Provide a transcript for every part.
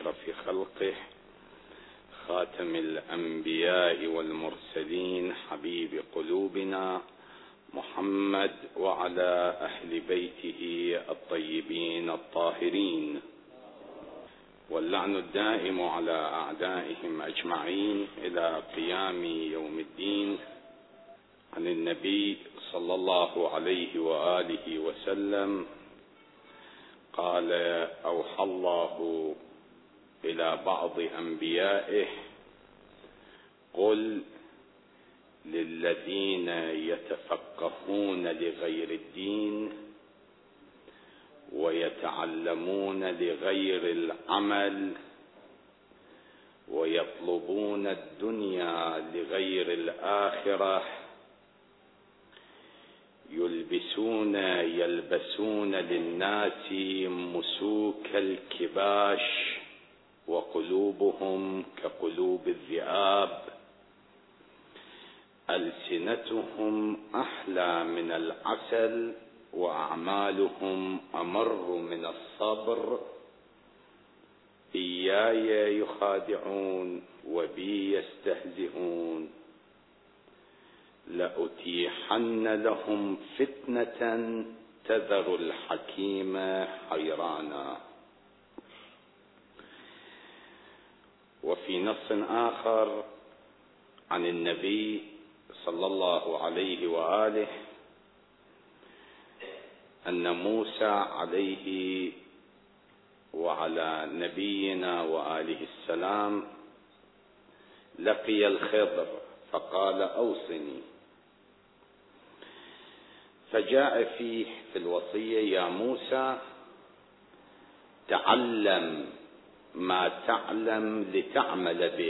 أشرف خلقه خاتم الأنبياء والمرسلين حبيب قلوبنا محمد وعلى أهل بيته الطيبين الطاهرين، واللعن الدائم على أعدائهم أجمعين إلى قيام يوم الدين. عن النبي صلى الله عليه وآله وسلم قال: أوحى الله إلى بعض أنبيائه: قل للذين يتفقهون لغير الدين ويتعلمون لغير العمل ويطلبون الدنيا لغير الآخرة يلبسون للناس مسوك الكباش وقلوبهم كقلوب الذئاب، ألسنتهم أحلى من العسل وأعمالهم أمر من الصبر، إياي يخادعون وبي يستهزئون، لأتيحن لهم فتنة تذر الحكيم حيرانا. وفي نص آخر عن النبي صلى الله عليه وآله أن موسى عليه وعلى نبينا وآله السلام لقي الخضر فقال: أوصني. فجاء فيه في الوصية: يا موسى تعلم ما تعلم لتعمل به،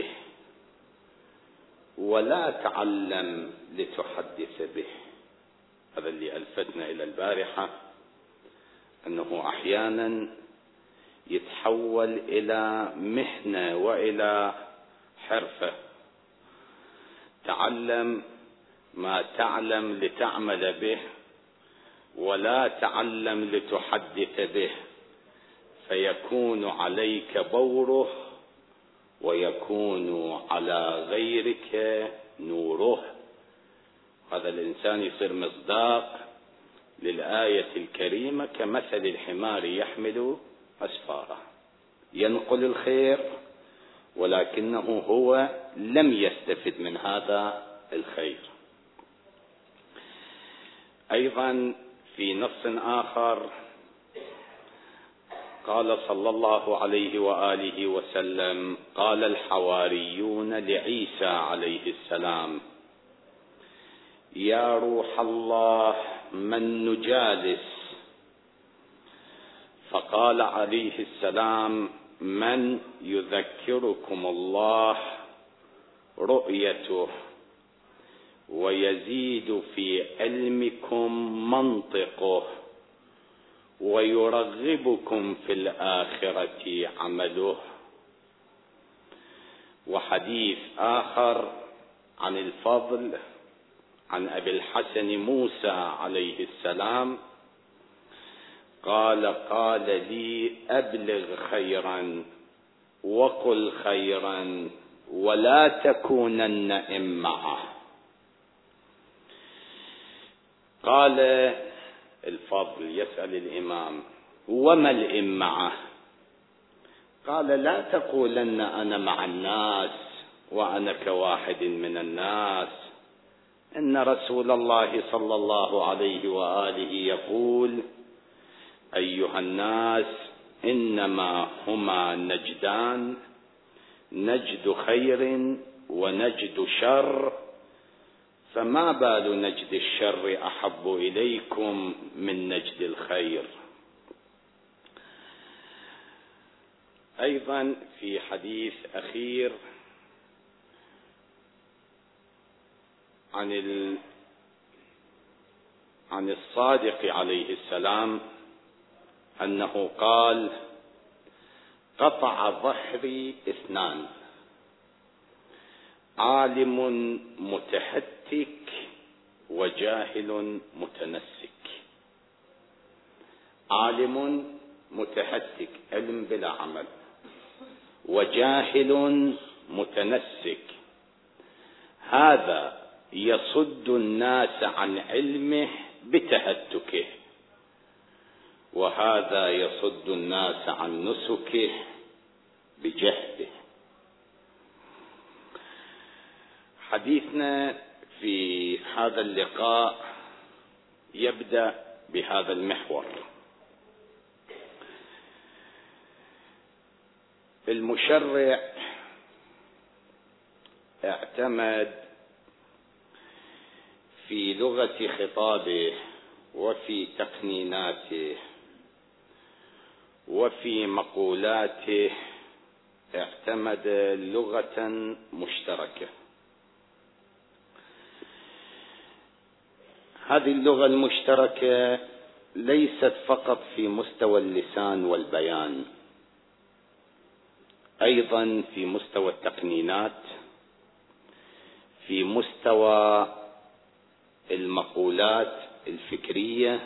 ولا تعلم لتحدث به. هذا اللي ألفتنا إلى البارحة، أنه أحيانا يتحول إلى مهنة وإلى حرفة. تعلم ما تعلم لتعمل به، ولا تعلم لتحدث به، فيكون عليك بوره ويكون على غيرك نوره. هذا الإنسان يصير مصداق للآية الكريمة كمثل الحمار يحمل أسفاره، ينقل الخير ولكنه هو لم يستفد من هذا الخير. أيضا في نص آخر قال صلى الله عليه وآله وسلم: قال الحواريون لعيسى عليه السلام: يا روح الله من نجالس؟ فقال عليه السلام: من يذكركم الله رؤيته ويزيد في علمكم منطقه ويرغبكم في الآخرة عمله. وحديث آخر عن الفضل عن أبي الحسن موسى عليه السلام قال: قال لي: أبلغ خيرا وقل خيرا ولا تكونن إمعة. قال الفضل يسأل الإمام: وما الإمعة؟ قال: لا تقولن أنا مع الناس وأنا كواحد من الناس، إن رسول الله صلى الله عليه وآله يقول: أيها الناس إنما هما نجدان، نجد خير ونجد شر، فما بال نجد الشر أحب إليكم من نجد الخير. أيضا في حديث أخير عن الصادق عليه السلام أنه قال: قطع ظهري اثنان: عالم متهتك وجاهل متنسك. عالم متهتك، علم بلا عمل، وجاهل متنسك، هذا يصد الناس عن علمه بتهتكه، وهذا يصد الناس عن نسكه بجهله. حديثنا في هذا اللقاء يبدأ بهذا المحور. المشرع اعتمد في لغة خطابه وفي تقنيناته وفي مقولاته، اعتمد لغة مشتركة. هذه اللغة المشتركة ليست فقط في مستوى اللسان والبيان، أيضا في مستوى التقنينات، في مستوى المقولات الفكرية،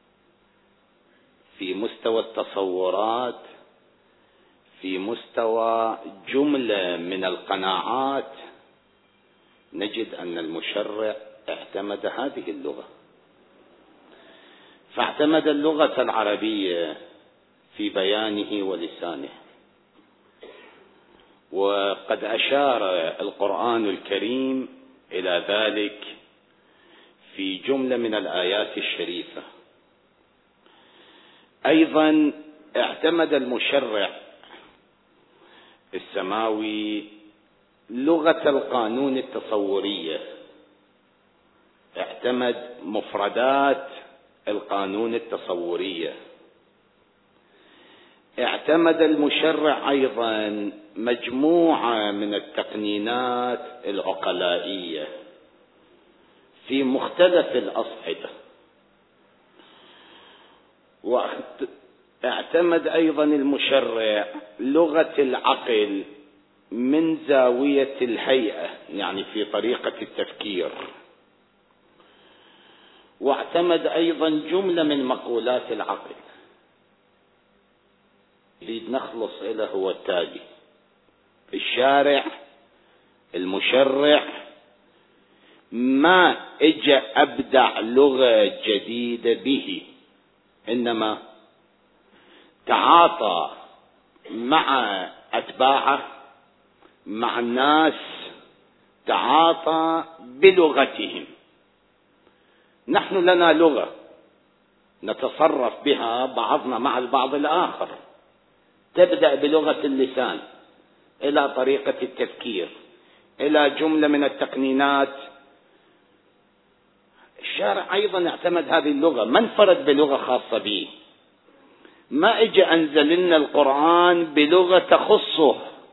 في مستوى التصورات، في مستوى جملة من القناعات. نجد أن المشرع اعتمد هذه اللغة، فاعتمد اللغة العربية في بيانه ولسانه. وقد أشار القرآن الكريم إلى ذلك في جملة من الآيات الشريفة. أيضا اعتمد المشرع السماوي لغة القانون التصورية، اعتمد مفردات القانون التصورية. اعتمد المشرع أيضا مجموعة من التقنينات العقلائية في مختلف الأصعدة. واعتمد أيضا المشرع لغة العقل من زاوية الهيئة، يعني في طريقة التفكير. واعتمد أيضا جملة من مقولات العقل. نريد نخلص إلى هو التالي: الشارع المشرع ما اجى أبدع لغة جديدة به، إنما تعاطى مع أتباعه، مع الناس، تعاطى بلغتهم. نحن لنا لغة نتصرف بها بعضنا مع البعض الآخر، تبدأ بلغة اللسان إلى طريقة التفكير إلى جملة من التقنينات. الشارع أيضا اعتمد هذه اللغة، ما انفرد بلغة خاصة به، ما اجى أنزل لنا القرآن بلغة تخصه،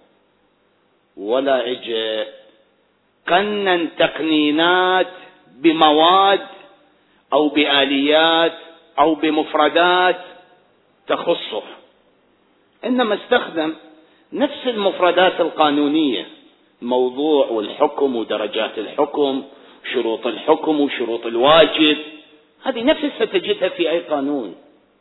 ولا اجى قنن تقنينات بمواد أو بآليات أو بمفردات تخصه، إنما استخدم نفس المفردات القانونية، الموضوع والحكم ودرجات الحكم، شروط الحكم وشروط الواجب، هذه نفسها تجدها في أي قانون.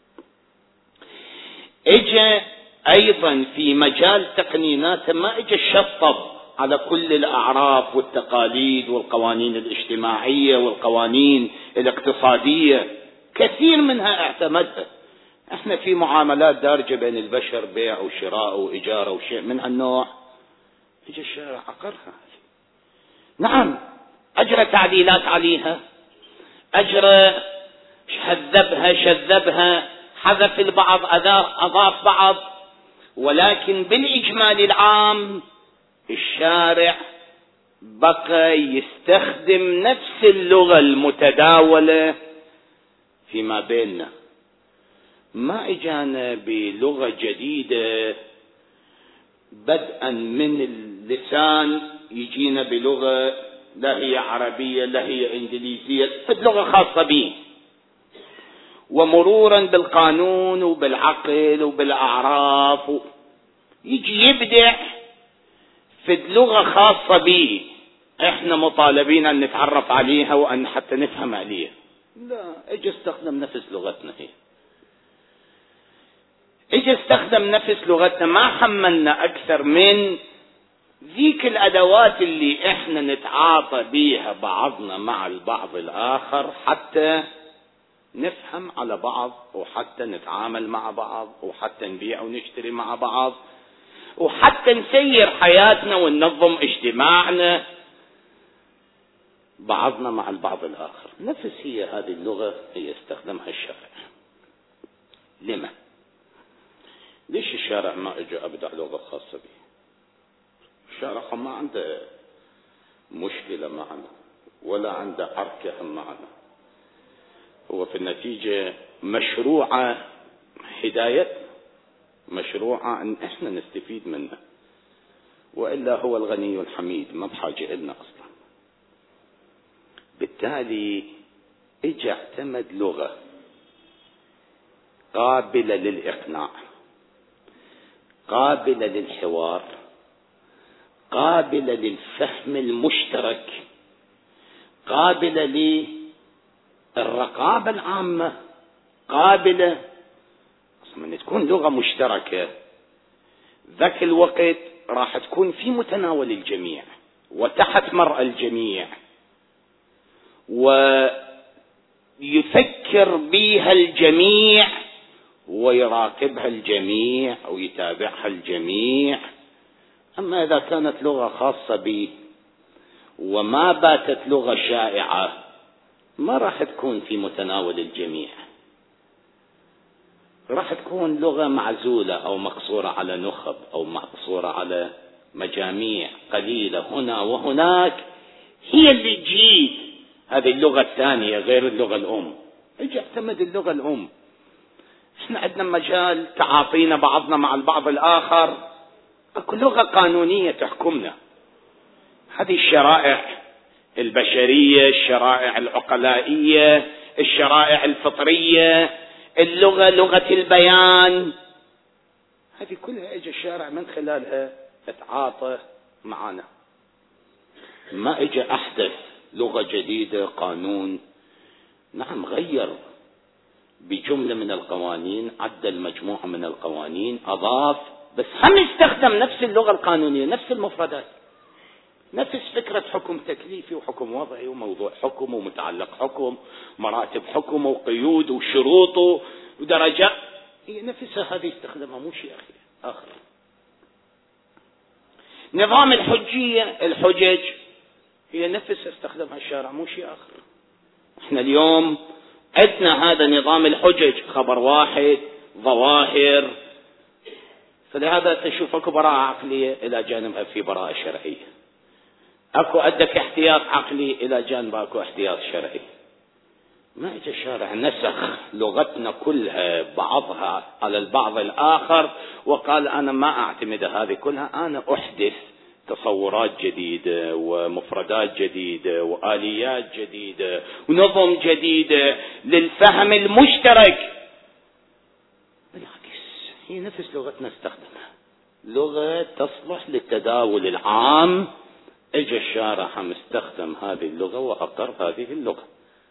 اجى أيضا في مجال تقنيناته ما اجى شطب على كل الأعراف والتقاليد والقوانين الاجتماعية والقوانين الاقتصادية، كثير منها اعتمدها. احنا في معاملات دارجة بين البشر، بيع وشراء وإجارة وشيء من هالنوع، اجى الشارع عقرها. نعم أجرى تعديلات عليها، أجرى هذبها شذبها، حذف البعض أضاف بعض، ولكن بالإجمال العام الشارع بقى يستخدم نفس اللغة المتداولة فيما بيننا. ما اجانا بلغة جديدة بدءا من اللسان، يجينا بلغة لا هي عربية لا هي انجليزية، لغة خاصة به، ومرورا بالقانون وبالعقل وبالأعراف، يجي يبدع في لغة خاصة به احنا مطالبين ان نتعرف عليها وان حتى نفهم عليها. لا، اجي استخدم نفس لغتنا هي. اجى استخدم نفس لغتنا، ما حملنا اكثر من ذيك الادوات اللي احنا نتعاطى بيها بعضنا مع البعض الاخر حتى نفهم على بعض، وحتى نتعامل مع بعض، وحتى نبيع ونشتري مع بعض، وحتى نسير حياتنا وننظم اجتماعنا بعضنا مع البعض الآخر. نفس هي هذه اللغة هي استخدمها الشارع. لما؟ ليش الشارع ما اجى ابدع لغة خاصة به؟ الشارع ما عنده مشكلة معنا ولا عنده عركة معنا، هو في النتيجة مشروعة هدايتنا، مشروعة ان احنا نستفيد منها، وإلا هو الغني الحميد ما بحاجة إلنا أصلا. بالتالي اجى اعتمد لغة قابلة للإقناع، قابلة للحوار، قابلة للفهم المشترك، قابلة للرقابة العامة، قابلة من تكون لغة مشتركة ذاك الوقت راح تكون في متناول الجميع وتحت مرأى الجميع، ويفكر بها الجميع ويراقبها الجميع ويتابعها الجميع. أما إذا كانت لغة خاصة بي وما باتت لغة شائعة ما راح تكون في متناول الجميع، راح تكون لغة معزولة أو مقصورة على نخب أو مقصورة على مجاميع قليلة هنا وهناك، هي اللي تجيد هذه اللغة الثانية غير اللغة الأم. اجي اعتمد اللغة الأم. احنا عندنا مجال تعاطينا بعضنا مع البعض الآخر، اكو لغة قانونية تحكمنا. هذه الشرائع البشرية، الشرائع العقلائية، الشرائع الفطرية، اللغة لغة البيان، هذه كلها اجى الشارع من خلالها اتعاطى معنا. ما اجى احدث لغة جديدة قانون، نعم غير بجملة من القوانين، عدل مجموعة من القوانين، اضاف، بس هم استخدم نفس اللغة القانونية، نفس المفردات، نفس فكرة حكم تكليفي وحكم وضعي وموضوع حكم ومتعلق حكم، مراتب حكم وقيود وشروط ودرجات، هي نفسها هذه استخدمها، مو شيء آخر. نظام الحجية، الحجج، هي نفسها استخدمها الشارع، مو شيء آخر. احنا اليوم عندنا هذا نظام الحجج، خبر واحد، ظواهر، فلهذا تشوف اكو براءة عقلية الى جانبها في براءة شرعية، اكو عندك احتياط عقلي الى جانب اكو احتياط شرعي. ما اجى الشارع نسخ لغتنا كلها بعضها على البعض الاخر وقال انا ما اعتمد هذه كلها، انا احدث تصورات جديدة ومفردات جديدة واليات جديدة ونظم جديدة للفهم المشترك. بالعكس هي نفس لغتنا استخدمها، لغة تصلح للتداول العام. اجى الشارع مستخدم هذه اللغة واقر هذه اللغة.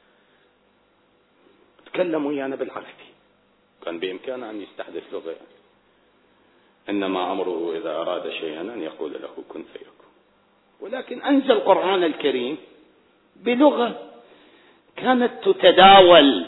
تكلموا ويانا بالعربي، كان بامكانه ان يستحدث لغة، انما امره اذا اراد شيئا ان يقول له كن فيكون. ولكن انزل القرآن الكريم بلغة كانت تتداول،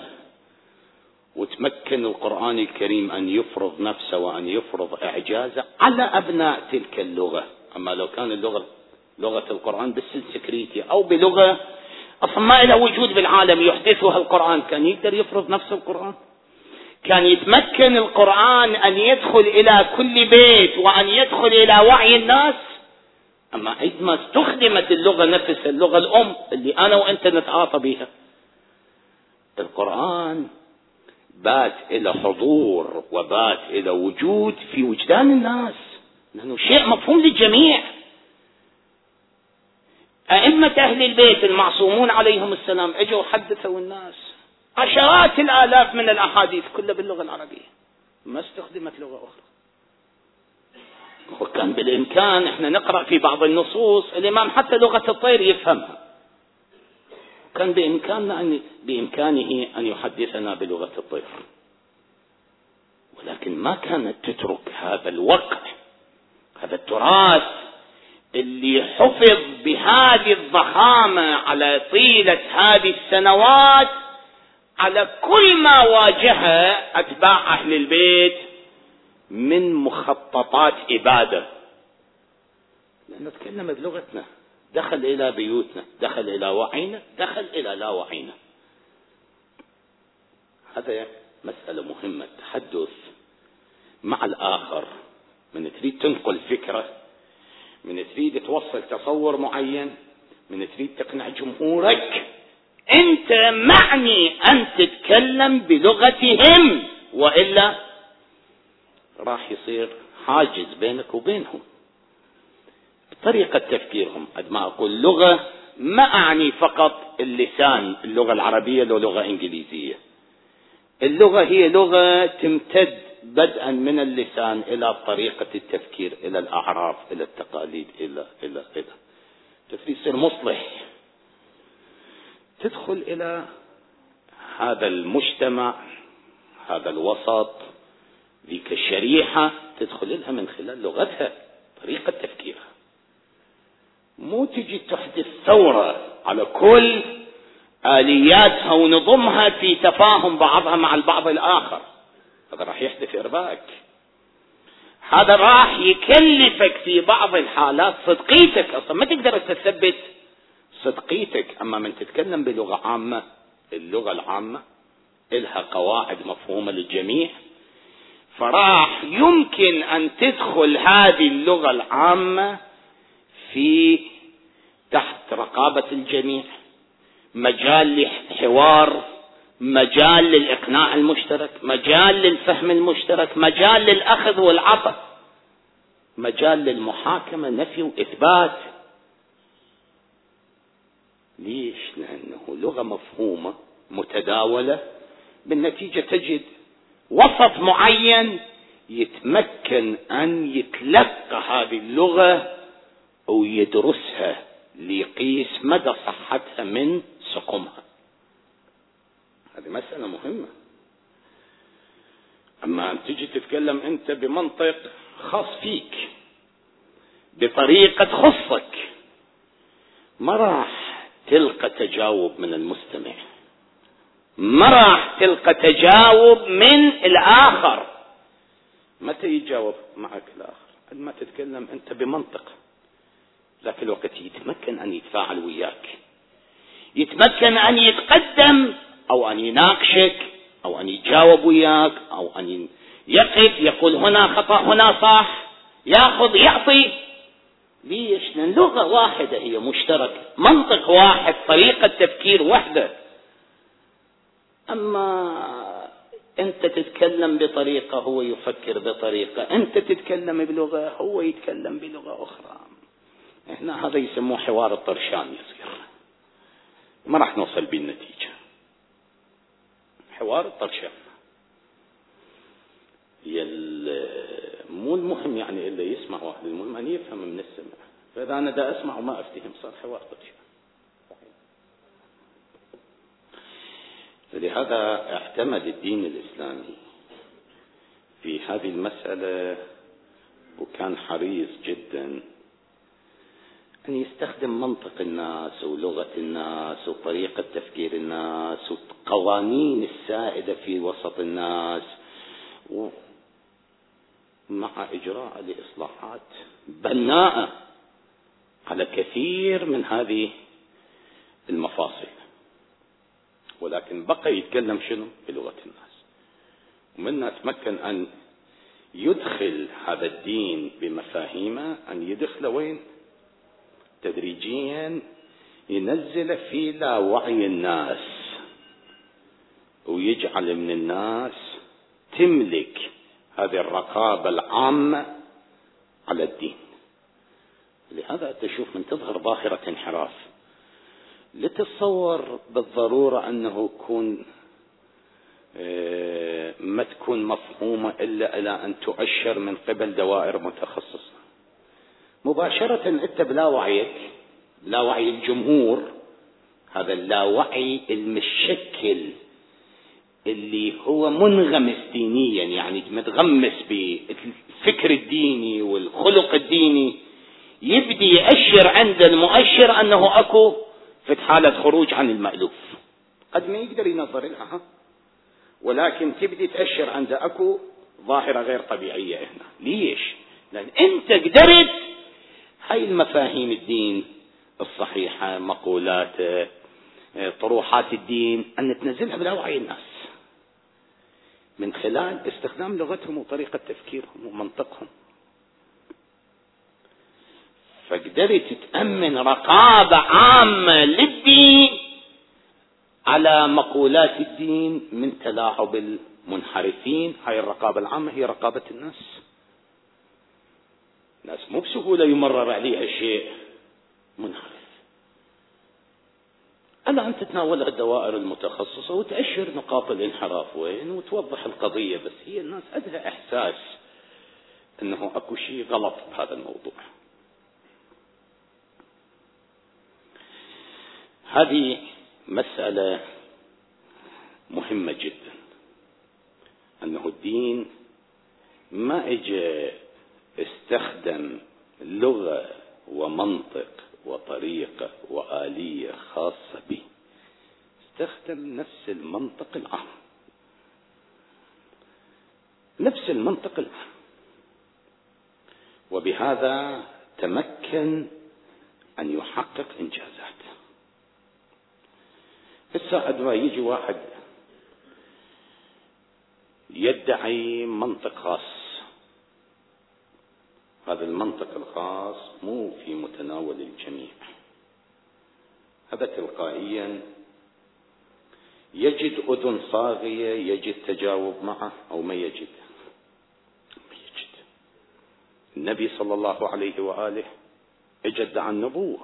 وتمكن القرآن الكريم ان يفرض نفسه وان يفرض اعجازه على ابناء تلك اللغة. اما لو كان اللغة لغة القرآن بالسنسكريتي أو بلغة أصلا ما لها وجود بالعالم يحدثها القرآن، كان يقدر يفرض نفس القرآن؟ كان يتمكن القرآن أن يدخل إلى كل بيت وأن يدخل إلى وعي الناس؟ أما عندما استخدمت اللغة نفسها، اللغة الأم اللي أنا وأنت نتعاطى بها، القرآن بات إلى حضور وبات إلى وجود في وجدان الناس، لأنه شيء مفهوم للجميع. أئمة أهل البيت المعصومون عليهم السلام اجوا حدثوا الناس عشرات الآلاف من الأحاديث كلها باللغة العربية، ما استخدمت لغة أخرى. وكان بالإمكان احنا نقرأ في بعض النصوص الإمام حتى لغة الطير يفهمها، كان بإمكانه أن يحدثنا بلغة الطير، ولكن ما كانت تترك هذا الوقع، هذا التراث اللي حفظ بهذه الضخامة على طيلة هذه السنوات على كل ما واجه أتباع أهل البيت من مخططات إبادة. نتكلم بلغتنا، دخل إلى بيوتنا، دخل إلى وعينا، دخل إلى لا وعينا. هذا مسألة مهمة، التحدث مع الآخر. من تريد تنقل فكرة، من تريد توصل تصور معين، من تريد تقنع جمهورك، أنت معني أن تتكلم بلغتهم، وإلا راح يصير حاجز بينك وبينهم. طريقة تفكيرهم، قد ما أقول لغة ما أعني فقط اللسان، اللغة العربية لو لغة إنجليزية. اللغة هي لغة تمتد بدءا من اللسان إلى طريقة التفكير، إلى الأعراف، إلى التقاليد، إلى تفسير يصير مصلح، تدخل إلى هذا المجتمع، هذا الوسط، ذيك الشريحة، تدخل لها من خلال لغتها، طريقة تفكيرها. مو تجي تحدث ثورة على كل آلياتها ونظمها في تفاهم بعضها مع البعض الآخر. هذا راح يحدث إرباك، هذا راح يكلفك في بعض الحالات صدقيتك. أصلا ما تقدر تثبت صدقيتك. أما من تتكلم بلغة عامة، اللغة العامة إلها قواعد مفهومة للجميع، فراح يمكن أن تدخل هذه اللغة العامة في تحت رقابة الجميع، مجال للحوار، مجال للإقناع المشترك، مجال للفهم المشترك، مجال للأخذ والعطاء، مجال للمحاكمة، نفي وإثبات. ليش؟ لأنه لغة مفهومة متداولة، بالنتيجة تجد وسط معين يتمكن أن يتلقى هذه اللغة ويدرسها ليقيس مدى صحتها من سقمها. هذه مسألة مهمة. أما أن تجي تتكلم أنت بمنطق خاص فيك، بطريقة تخصك، ما راح تلقى تجاوب من المستمع، ما راح تلقى تجاوب من الآخر. متى يجاوب معك الآخر؟ عندما تتكلم أنت بمنطق، ذاك الوقت يتمكن أن يتفاعل وياك، يتمكن أن يتقدم أو أن يناقشك أو أن يجاوب وياك أو أن يقف يقول هنا خطأ هنا صح، يأخذ يعطي. ليش؟ لأن لغة واحدة هي مشتركة، منطق واحد، طريقة تفكير واحدة. أما أنت تتكلم بطريقة هو يفكر بطريقة، أنت تتكلم بلغة هو يتكلم بلغة أخرى. هنا هذا يسموه حوار الطرشان يصير، ما راح نوصل بالنتيجة. حوار الطرشان مو المهم يعني إلا يسمع واحد، المهم أن يفهم من السمع. فإذا أنا دا أسمع وما أفتهم صار حوار طرشان. لهذا اعتمد الدين الإسلامي في هذه المسألة، وكان حريص جدا أن يستخدم منطق الناس ولغة الناس وطريقة تفكير الناس والقوانين السائدة في وسط الناس، مع إجراء لإصلاحات بناءة على كثير من هذه المفاصل. ولكن بقى يتكلم شنو؟ بلغة الناس. ومنها تمكن أن يدخل هذا الدين بمفاهيمه، أن يدخل وين؟ تدريجيا ينزل في لا وعي الناس، ويجعل من الناس تملك هذه الرقابة العامة على الدين. لهذا تشوف من تظهر ظاهرة انحراف، لتتصور بالضرورة أنه يكون ما تكون مفهومة إلا إلى أن تؤشر من قبل دوائر متخصصة. مباشرة أنت بلا وعيك، لا وعي الجمهور، هذا اللاوعي المشكل اللي هو منغمس دينيا، يعني متغمس بالفكر الديني والخلق الديني، يبدي يأشر عند المؤشر أنه أكو في حالة خروج عن المألوف. قد ما يقدر ينظر لها، ولكن تبدي تأشر عند أكو ظاهرة غير طبيعية هنا. ليش؟ لأن أنت قدرت هاي المفاهيم الدين الصحيحة، مقولات، طروحات الدين، أن تنزلها بلاوعي الناس من خلال استخدام لغتهم وطريقة تفكيرهم ومنطقهم. فقدرت تأمن رقابة عامة للدين على مقولات الدين من تلاعب المنحرفين. هاي الرقابة العامة هي رقابة الناس. الناس مو بسهولة يمرر عليها شيء منحرف. ألا أن تتناول الدوائر المتخصصة وتأشر نقاط الانحراف وين وتوضح القضية، بس هي الناس عندها إحساس أنه أكو شيء غلط بهذا الموضوع. هذه مسألة مهمة جدا، أنه الدين ما اجى استخدم لغة ومنطق وطريقة وآلية خاصة به، استخدم نفس المنطق العام، نفس المنطق العام، وبهذا تمكن أن يحقق إنجازات. الساعد ما يجي واحد يدعي منطق خاص، هذا المنطق الخاص مو في متناول الجميع، هذا تلقائيا يجد أذن صاغية يجد تجاوب معه أو ما يجد. النبي صلى الله عليه وآله اجد عن النبوة،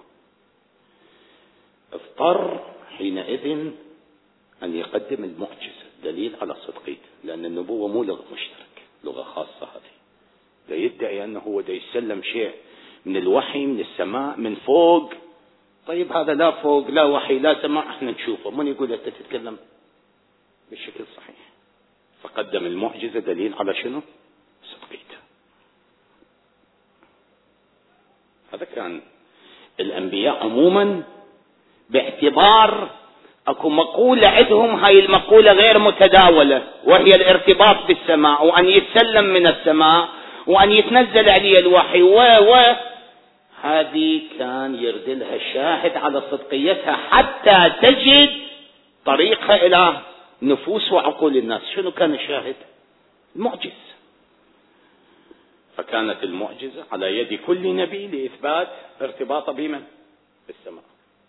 اضطر حينئذ أن يقدم المعجزة دليل على صدقيته، لأن النبوة مو لغة مشترك، لغة خاصة. هذه لا يدعي أنه هو دا يسلم شيء من الوحي من السماء من فوق. طيب هذا لا فوق لا وحي لا سماء، احنا نشوفه، من يقول أنت تتكلم بالشكل صحيح؟ فقدم المعجزة دليل على شنو؟ صدقيته. هذا كان الأنبياء عموما، باعتبار اكو مقولة عندهم، هاي المقولة غير متداولة، وهي الارتباط بالسماء، وأن يتسلم من السماء، وأن يتنزل عليه الوحي هذه كان يردلها الشاهد على صدقيتها حتى تجد طريقها إلى نفوس وعقول الناس. شنو كان الشاهد؟ المعجز. فكانت المعجزة على يد كل نبي لإثبات ارتباط بمن؟ بالسماء.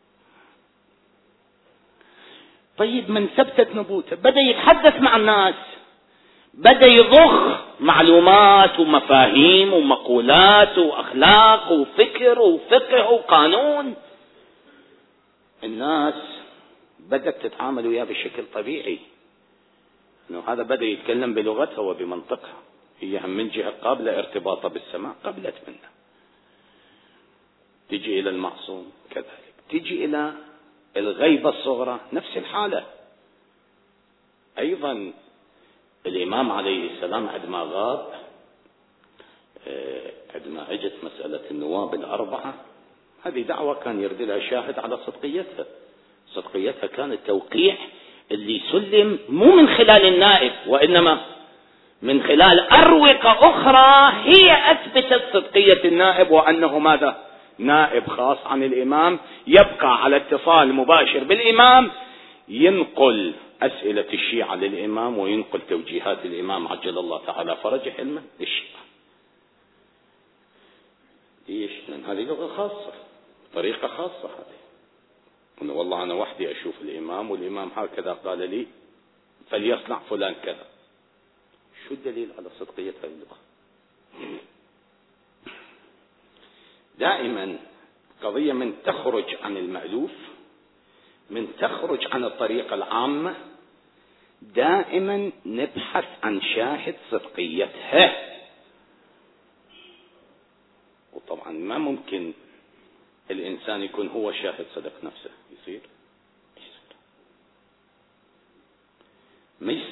طيب من ثبتت نبوته بدأ يتحدث مع الناس، بدأ يضخ معلومات ومفاهيم ومقولات وأخلاق وفكر وفقه وقانون. الناس بدأت تتعامل وياه بشكل طبيعي، إنه هذا بدأ يتكلم بلغتها وبمنطقها، هي هم من جهة قابلة ارتباطها بالسماء قبلت منه. تجي إلى المعصوم كذلك، تجي إلى الغيبة الصغرى نفس الحالة. أيضا الإمام عليه السلام عندما غاب، عندما اجت مسألة النواب الأربعة، هذه دعوة كان يرد لها شاهد على صدقيتها. صدقيتها كان التوقيع اللي سلم مو من خلال النائب، وإنما من خلال أروقة أخرى هي أثبتت صدقية النائب، وأنه ماذا؟ نائب خاص عن الإمام، يبقى على اتصال مباشر بالإمام، ينقل أسئلة الشيعة للإمام وينقل توجيهات الإمام عجل الله تعالى فرجه علما للشيعة. ليش؟ لأن هذه لغة خاصة، طريقة خاصة. هذه أنه والله أنا وحدي أشوف الإمام والإمام هكذا قال لي فليصنع فلان كذا. شو الدليل على صدقية هذه اللغة؟ دائما قضية من تخرج عن المألوف، من تخرج عن الطريقة العامة، دائما نبحث عن شاهد صدقيتها. وطبعا ما ممكن الإنسان يكون هو شاهد صدق نفسه، يصير ما يصير.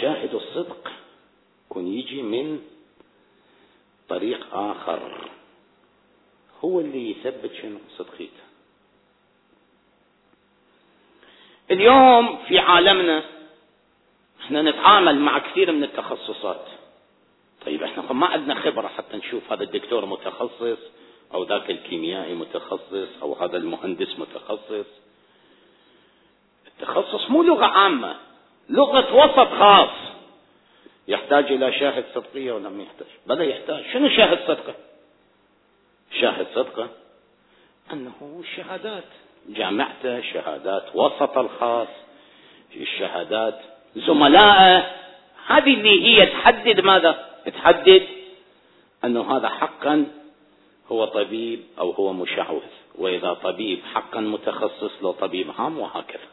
شاهد الصدق يكون يجي من طريق آخر هو اللي يثبت شنو صدقيته. اليوم في عالمنا احنا نتعامل مع كثير من التخصصات. طيب احنا ما عندنا خبرة حتى نشوف هذا الدكتور متخصص او ذاك الكيميائي متخصص او هذا المهندس متخصص. التخصص مو لغة عامة، لغة وسط خاص. يحتاج الى شاهد صدقية ولا ما يحتاج؟ بل يحتاج. شنو شاهد صدقة؟ شاهد صدقة انه شهادات جامعته، شهادات وسط الخاص، الشهادات زملائه، هذه اللي هي تحدد ماذا؟ تحدد انه هذا حقا هو طبيب او هو مشعوذ، واذا طبيب حقا متخصص لو طبيب عام، وهكذا.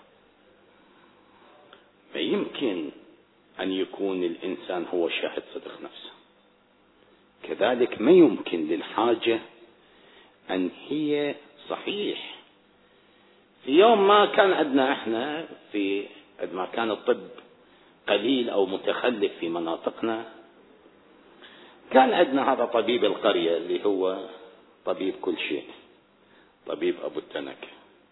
فيمكن ان يكون الانسان هو شاهد صدق نفسه. كذلك ما يمكن للحاجة ان هي صحيح. في يوم ما كان عندنا احنا في ما كان الطب قليل او متخلف في مناطقنا، كان عندنا هذا طبيب القرية اللي هو طبيب كل شيء، طبيب ابو التنك،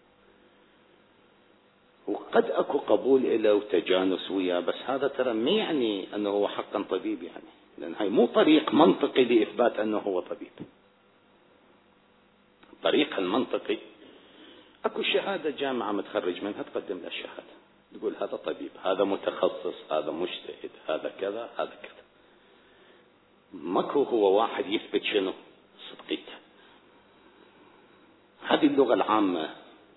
وقد اكو قبول له وتجانس وياه، بس هذا ترى ما يعني انه هو حقا طبيب، يعني لان هاي مو طريق منطقي لاثبات انه هو طبيب. الطريق المنطقي اكو شهادة جامعة متخرج منها تقدم له الشهادة، تقول هذا طبيب، هذا متخصص، هذا مجتهد، هذا كذا، هذا كذا. ماكو هو واحد يثبت شنو صدقيته. هذه اللغة العامة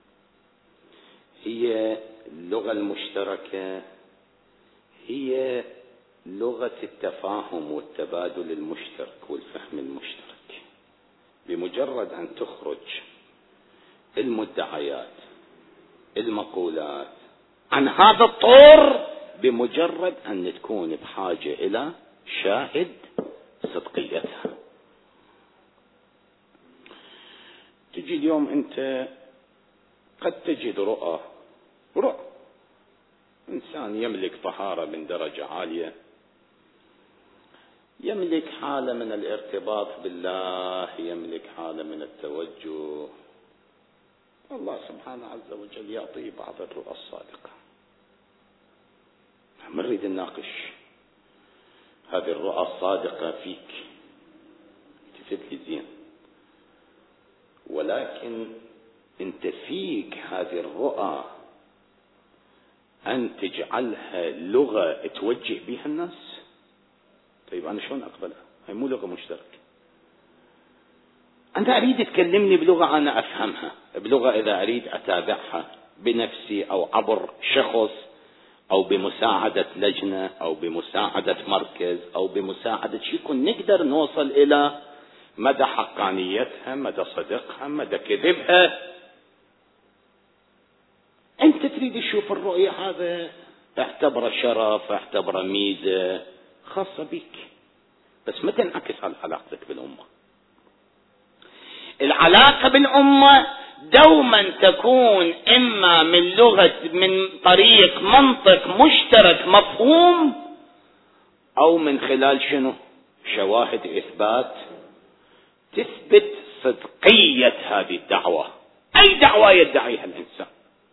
هي اللغة المشتركة، هي لغة التفاهم والتبادل المشترك والفهم المشترك. بمجرد أن تخرج المدعيات، المقولات عن هذا الطور، بمجرد أن تكون بحاجة إلى شاهد صدقيتها. تجي اليوم أنت قد تجد رؤى إنسان يملك طهارة من درجة عالية، يملك حالة من الارتباط بالله، يملك حالة من التوجه. الله سبحانه عز وجل يعطي بعض الرؤى الصادقة. نريد نناقش هذه الرؤى الصادقة فيك، تفيد لي زين، ولكن انت فيك هذه الرؤى ان تجعلها لغة توجه بها الناس. طيب انا شلون اقبلها؟ هي مو لغة مشتركة. أنت أريد تكلمني بلغة أنا أفهمها، بلغة إذا أريد أتابعها بنفسي أو عبر شخص أو بمساعدة لجنة أو بمساعدة مركز أو بمساعدة شيء، كن نقدر نوصل إلى مدى حقانيتها، مدى صدقها، مدى كذبها. أنت تريد تشوف الرؤية، هذا اعتبره شرف، اعتبره ميزة خاصة بك، بس ما تنعكس على علاقتك بالأمة. العلاقة بالأمة دوما تكون إما من طريق منطق مشترك مفهوم، أو من خلال شنو؟ شواهد إثبات تثبت صدقية هذه الدعوة، أي دعوة يدعيها الإنسان.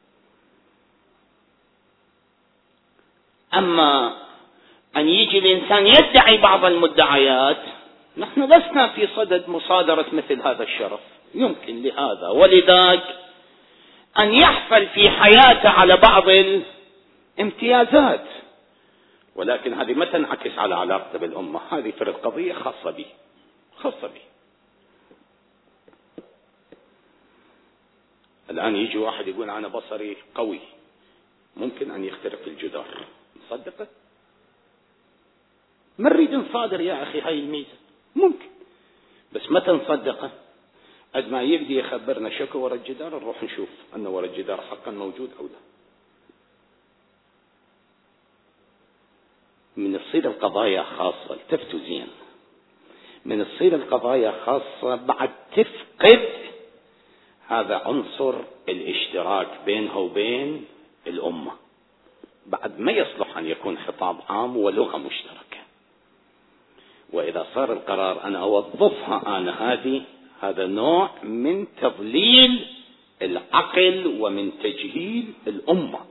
أما أن يجي الإنسان يدعي بعض المدعيات، نحن لسنا في صدد مصادرة مثل هذا الشرف. يمكن لهذا ولذاك أن يحصل في حياته على بعض الامتيازات، ولكن هذه ما تنعكس على علاقته بالأمة. هذه فرق قضية خاصة به. الآن يجي واحد يقول أنا بصري قوي، ممكن أن يخترق الجدار، نصدقه؟ ما نريد نصادر يا أخي هاي الميزة، ممكن، بس متى نصدقه؟ قد ما يبدي يخبرنا شكو ورا الجدار، نروح نشوف أنه ورا الجدار حقا موجود أو لا. من تصير القضايا خاصة، التفتوا زين، من تصير القضايا خاصة بعد تفقد هذا عنصر الاشتراك بينها وبين الأمة. بعد ما يصلح أن يكون خطاب عام ولغة مشتركة. وإذا صار القرار أنا أوظفها أنا هذا نوع من تضليل العقل ومن تجهيل الأمة.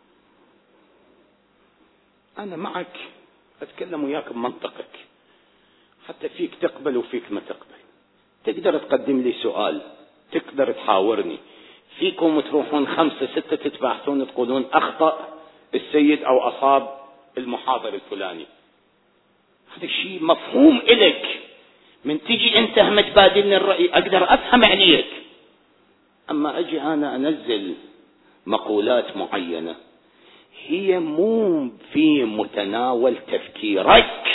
أنا معك أتكلم وياك بمنطقك، حتى فيك تقبل وفيك ما تقبل. تقدر تقدم لي سؤال، تقدر تحاورني، فيكم تروحون 5 6 تتباحثون تقولون أخطأ السيد أو أصاب المحاضر الفلاني. هذا الشيء مفهوم إلك. من تجي أنت هم تبادلني الرأي أقدر أفهم عليك. أما أجي أنا أنزل مقولات معينة هي مو في متناول تفكيرك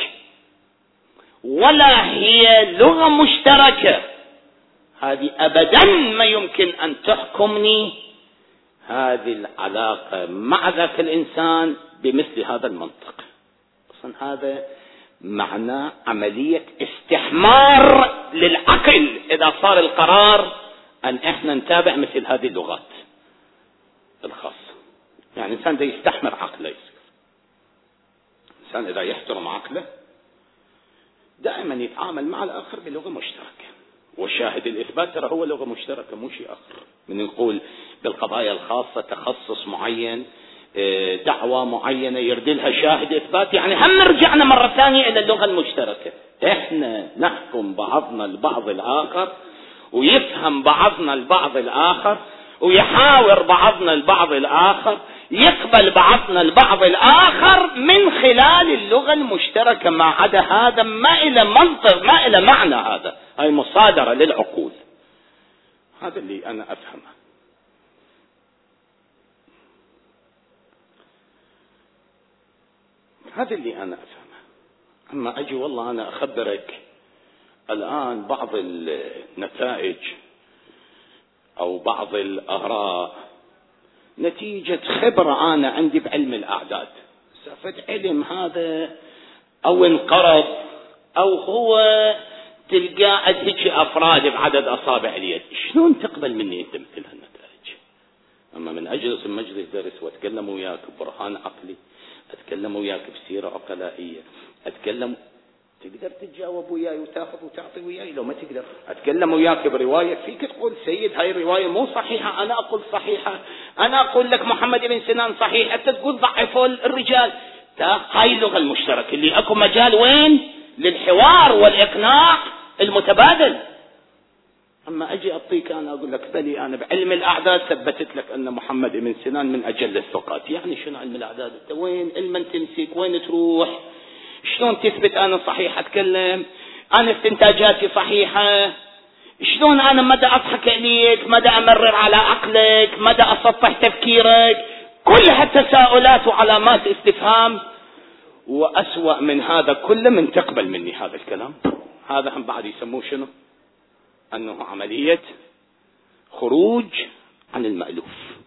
ولا هي لغة مشتركة، هذه أبدا ما يمكن أن تحكمني هذه العلاقة مع ذاك الإنسان بمثل هذا المنطق. أصلا هذا معنى عملية استحمار للعقل إذا صار القرار أن إحنا نتابع مثل هذه اللغات الخاصة. يعني إنسان ده يستحمر عقله يصير إنسان إذا يحترم عقله دائما يتعامل مع الآخر بلغة مشتركة. وشاهد الإثبات ترى هو لغة مشتركة مو شيء آخر. من نقول بالقضايا الخاصة تخصص معين، دعوة معينة يرد لها شاهد إثبات، يعني هم رجعنا مرة ثانية إلى اللغة المشتركة. إحنا نحكم بعضنا البعض الآخر ويفهم بعضنا البعض الآخر ويحاور بعضنا البعض الآخر، يقبل بعضنا البعض الآخر من خلال اللغة المشتركة. ما عدا هذا ما إلى منطق، ما إلى معنى. هاي مصادرة للعقول. هذا اللي أنا أفهمه. هذا اللي أنا أفهمه. أما أجي والله أنا أخبرك الآن بعض النتائج أو بعض الآراء نتيجة خبرة أنا عندي بعلم الأعداد. سافد علم هذا أو انقرض أو هو تلقى هيك أفراد بعدد أصابع اليد، شلون تقبل مني أنت مثل هالنتائج؟ أما من أجلس بمجلس درس وأتكلم وياك ببرهان عقلي، أتكلم وياك بسيرة عقلائية، أتكلم تقدر تتجاوب وياي وتاخذ وتعطي وياي. لو ما تقدر أتكلم وياك برواية فيك تقول سيد هاي الرواية مو صحيحة، أنا أقول صحيحة. أنا أقول لك محمد بن سنان صحيح، أنت تقول ضعفوا الرجال. هاي اللغة المشتركة اللي أكو مجال وين للحوار والإقناع المتبادل. أما أجي أعطيك أنا أقول لك بلي أنا بعلم الأعداد ثبتت لك أن محمد بن سنان من أجل الثقات. يعني شنو علم الأعداد؟ أنت وين علما تمسك؟ وين تروح؟ شلون تثبت أنا صحيح أتكلم؟ أنا استنتاجاتي صحيحة. شلون أنا مدى أضحك عليك، مدى أمرر على عقلك، مدى أسطح تفكيرك؟ كلها تساؤلات وعلامات استفهام. وأسوأ من هذا كله من تقبل مني هذا الكلام. هذا هم بعد يسموه شنو؟ أنه عملية خروج عن المألوف.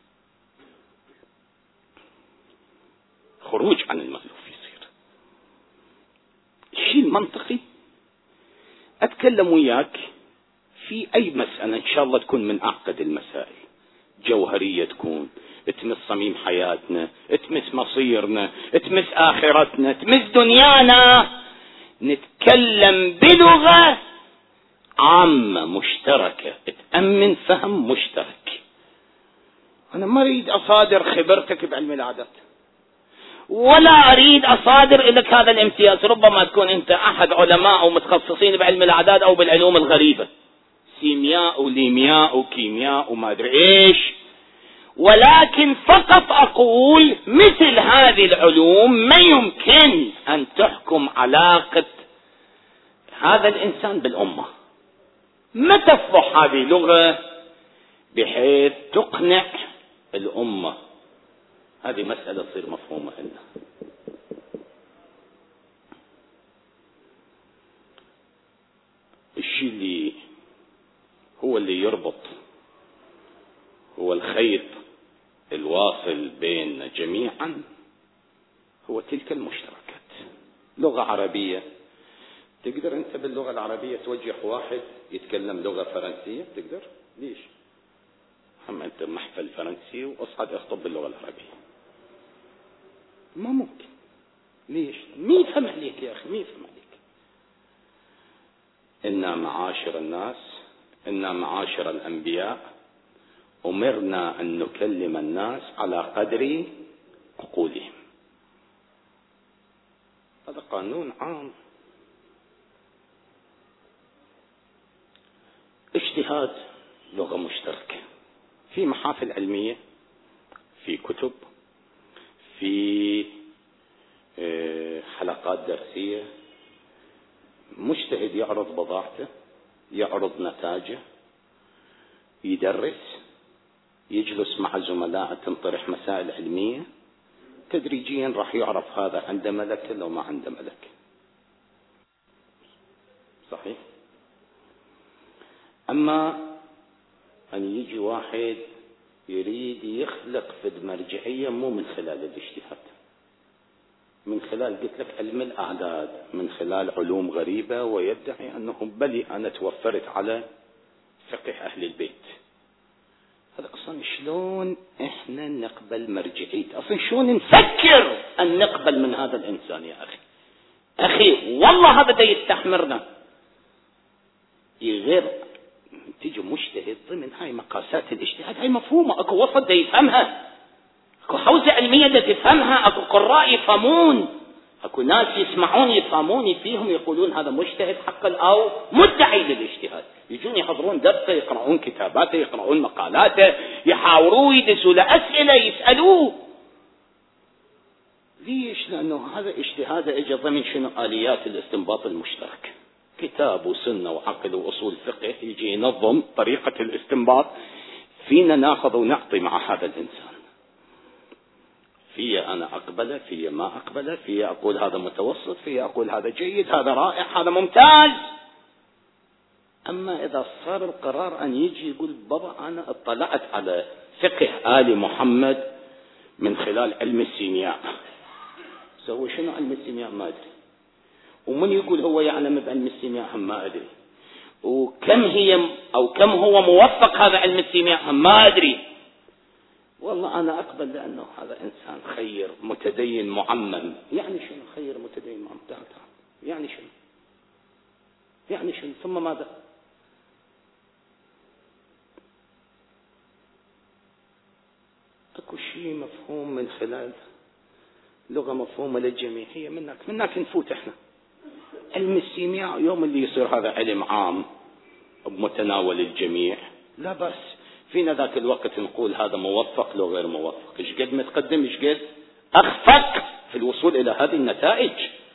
خروج عن المألوف يصير. الشيء المنطقي أتكلم وياك في أي مسألة إن شاء الله تكون من أعقد المسائل، جوهرية تكون، تمس صميم حياتنا، تمس مصيرنا، تمس آخرتنا، تمس دنيانا، نتكلم بلغة عامة مشتركة تأمن فهم مشترك. أنا ما أريد أصادر خبرتك بعلم العادات، ولا أريد أصادر لك هذا الامتياز. ربما تكون أنت أحد علماء ومتخصصين بعلم العادات أو بالعلوم الغريبة، سيمياء وليمياء وكيمياء وما أدري إيش، ولكن فقط أقول مثل هذه العلوم ما يمكن أن تحكم علاقة هذا الإنسان بالأمة. ما تصبح هذه لغة بحيث تقنع الأمة. هذه مسألة تصير مفهومة لنا. الشيء اللي هو اللي يربط، هو الخيط الواصل بين جميعا، هو تلك المشتركات. لغة عربية، تقدر أنت باللغة العربية توجه واحد يتكلم لغة فرنسية؟ تقدر؟ ليش؟ هم أنت محفل فرنسي وأصعد أخطب باللغة العربية. ما ممكن. ليش؟ مين يفهم عليك يا أخي؟ مين يفهم عليك؟ إنا معاشر الناس، إنا معاشر الأنبياء أمرنا أن نكلم الناس على قدر عقولهم. هذا قانون عام. اجتهاد لغة مشتركة في محافل علمية، في كتب، في حلقات درسية. مجتهد يعرض بضاعته، يعرض نتاجه، يدرس، يجلس مع زملاء، تنطرح مسائل علمية، تدريجيا راح يعرف هذا عنده ملكة لو ما عنده ملكة. صحيح؟ أما أن يجي واحد يريد يخلق فد مرجعية مو من خلال الاجتهاد، من خلال قلت لك علم الأعداد، من خلال علوم غريبة، ويدعي أنه بلي أنا توفرت على فقه أهل البيت. هذا أصلا شلون إحنا نقبل مرجعية؟ أصلا شلون نفكر أن نقبل من هذا الإنسان يا أخي والله هذا دا يستحمرنا. غير تيجي مجتهد ضمن هاي مقاسات الاجتهاد، هاي مفهومة، اكو وسط دا يفهمها، اكو حوزة علمية دا تفهمها، اكو قراء يفهمون، اكو ناس يسمعون يفهمون فيهم، يقولون هذا مجتهد حقا او مدعي للاجتهاد. يجون يحضرون درسه، يقرؤون كتاباته، يقرؤون مقالاته، يحاوروا، يدسوا له اسئلة، يسألوه. ليش؟ لانه هذا اجتهاد اجى ضمن شنو؟ اليات الاستنباط المشترك، كتاب وسنة وعقل وأصول فقه، يجي ينظم طريقة الاستنباط. فينا ناخذ ونعطي مع هذا الإنسان، في أنا أقبله، في ما أقبله، في أقول هذا متوسط، في أقول هذا جيد، هذا رائع، هذا ممتاز. أما إذا صار القرار أن يجي يقول بابا أنا اطلعت على فقه آل محمد من خلال علم السيمياء، سوى شنو علم السيمياء ما أدري، ومن يقول هو يعلم بعلم السيمياء هم ما أدري، وكم هي أو كم هو موفق هذا علم السيمياء هم ما أدري. والله أنا أقبل لأنه هذا إنسان خير متدين معمم. يعني شنو خير متدين معمم؟ يعني شنو؟ يعني شنو؟ ثم ماذا؟ أكو شيء مفهوم من خلال لغة مفهومة للجميع، هي منك نفوت إحنا. علم السيمياء يوم اللي يصير هذا علم عام بمتناول الجميع لا بأس، فينا ذاك الوقت نقول هذا موفق لو غير موفق، ايش قد متقدم، ايش قد أخفق في الوصول إلى هذه النتائج.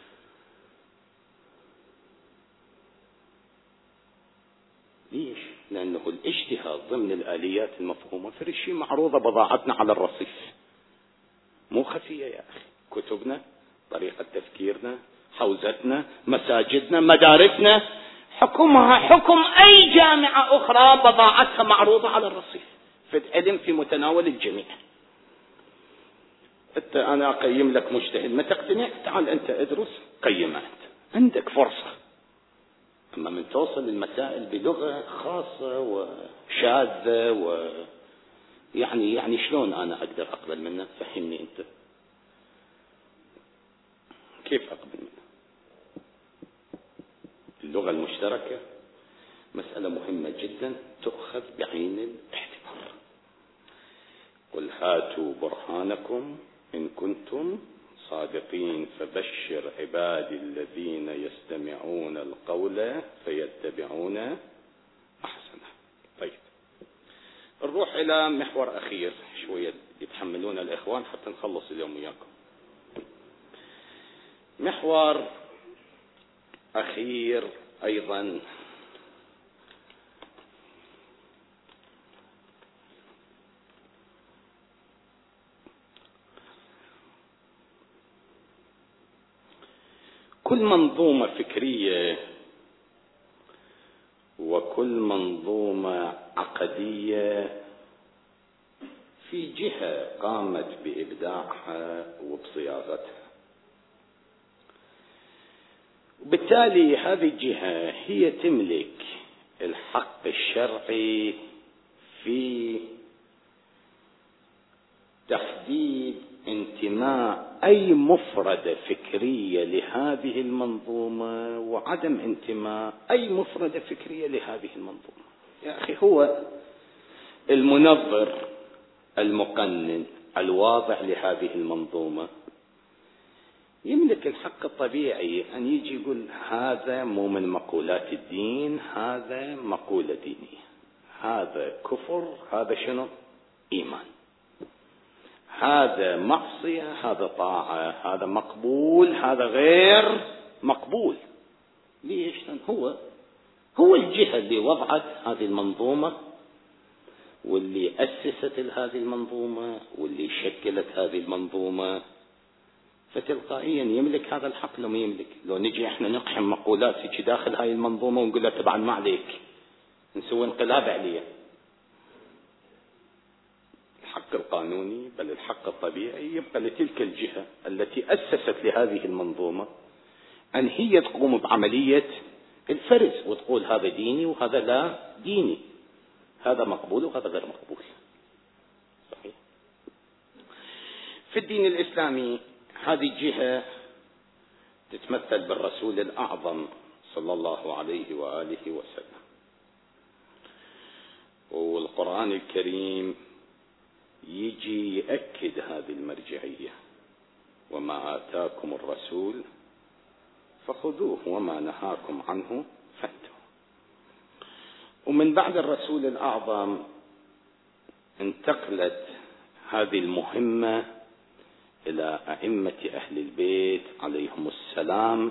ليش؟ لأنه الاجتهاد ضمن الآليات المفهومة، في شيء معروضة بضاعتنا على الرصيف، مو خفية يا أخي. كتبنا، طريقة تفكيرنا، حوزتنا، مساجدنا، مدارسنا، حكمها حكم أي جامعة أخرى، بضاعتها معروضة على الرصيف، في علم في متناول الجميع. أنا أقيم لك مجتهد، ما تقتنع تعال أنت ادرس قيم، أنت عندك فرصة. أما من توصل المسائل بلغة خاصة وشاذة يعني شلون أنا أقدر أقبل منك؟ فهمني أنت كيف أقبل منك؟ اللغة المشتركة مسألة مهمة جدا تؤخذ بعين الاعتبار. قل هاتوا برهانكم إن كنتم صادقين فبشر عبادي الذين يستمعون القول فيتبعون أحسنه. طيب نروح إلى محور أخير شوية يتحملون الإخوان حتى نخلص اليوم وياكم. محور أخير أيضا كل منظومة فكرية وكل منظومة عقدية في جهة قامت بإبداعها وبصياغتها، وبالتالي هذه الجهة هي تملك الحق الشرعي في تحديد انتماء أي مفردة فكرية لهذه المنظومة وعدم انتماء أي مفردة فكرية لهذه المنظومة. يا أخي هو المنظر المقنن الواضح لهذه المنظومة يملك الحق الطبيعي أن يجي يقول هذا مو من مقولات الدين، هذا مقولة دينية، هذا كفر، هذا شنو؟ إيمان، هذا معصية، هذا طاعة، هذا مقبول، هذا غير مقبول. ليش؟ هو الجهة اللي وضعت هذه المنظومة واللي أسست هذه المنظومة واللي شكلت هذه المنظومة، فتلقائيا يملك هذا الحق. لو ما يملك، لو نجي احنا نقحم مقولات هيك داخل هاي المنظومة ونقول له طبعا ما عليك، نسوي انقلاب عليه. الحق القانوني بل الحق الطبيعي يبقى لتلك الجهة التي أسست لهذه المنظومة أن هي تقوم بعملية الفرز وتقول هذا ديني وهذا لا ديني، هذا مقبول وهذا غير مقبول. صحيح. في الدين الإسلامي هذه الجهة تتمثل بالرسول الأعظم صلى الله عليه وآله وسلم، والقرآن الكريم يجي يأكد هذه المرجعية: وما آتاكم الرسول فخذوه وما نهاكم عنه فانتهوا. ومن بعد الرسول الأعظم انتقلت هذه المهمة إلى أئمة أهل البيت عليهم السلام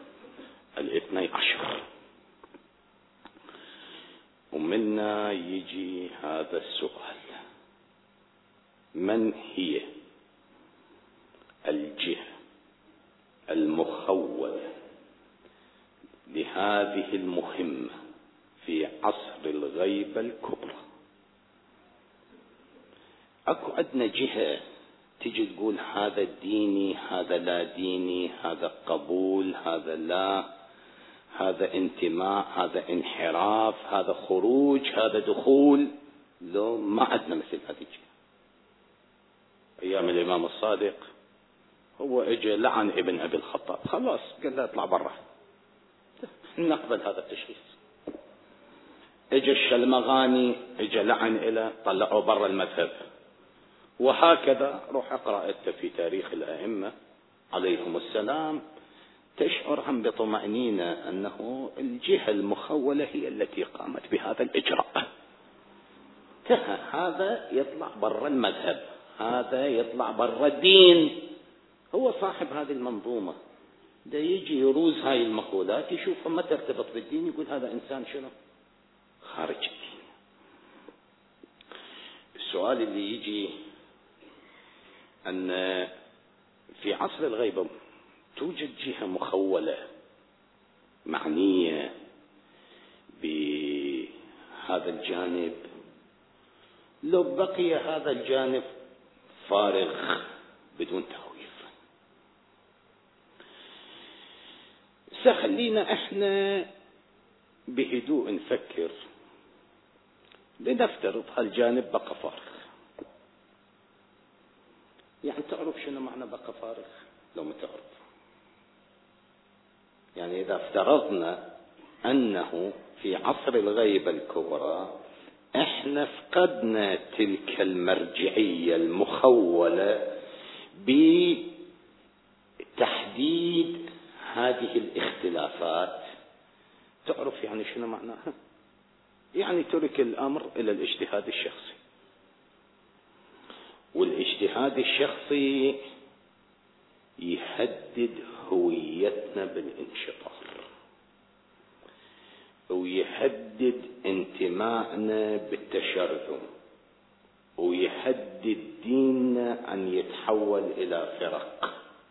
12. ومنا يجي هذا السؤال: من هي الجهة المخولة لهذه المهمة في عصر الغيبة الكبرى؟ اكو عندنا جهة تجي تقول هذا ديني، هذا لا ديني، هذا قبول، هذا لا، هذا انتماء، هذا انحراف، هذا خروج، هذا دخول؟ لو ما عندنا مثل هذه الجهة. ايام الامام الصادق هو اجى لعن ابن ابي الخطاب، خلاص قال له اطلع برا، نقبل هذا التشخيص. اجى الشلمغاني اجى لعن إلى طلعوا برا المذهب. وهكذا روح اقرأ انت في تاريخ الائمة عليهم السلام، تشعر هم بطمأنينة انه الجهة المخولة هي التي قامت بهذا الاجراء. هذا يطلع برا المذهب، هذا يطلع برا الدين. هو صاحب هذه المنظومة ده يجي يروز هاي المقولات، يشوف ما ترتبط بالدين، يقول هذا انسان شنو؟ خارج الدين. السؤال اللي يجي أن في عصر الغيبة توجد جهة مخولة معنية بهذا الجانب، لو بقي هذا الجانب فارغ بدون تهويف. سخلينا احنا بهدوء نفكر، لنفترض هالجانب بقى فارغ. يعني تعرف شنو معنى بقى فارغ؟ لو ما تعرف، يعني إذا افترضنا أنه في عصر الغيبة الكبرى احنا فقدنا تلك المرجعية المخولة بتحديد هذه الاختلافات، تعرف يعني شنو معناها؟ يعني ترك الأمر إلى الاجتهاد الشخصي، والاجتهاد الشخصي يحدد هويتنا بالانشطار، ويحدد انتمائنا بالتشرذم، ويحدد ديننا أن يتحول إلى فرق،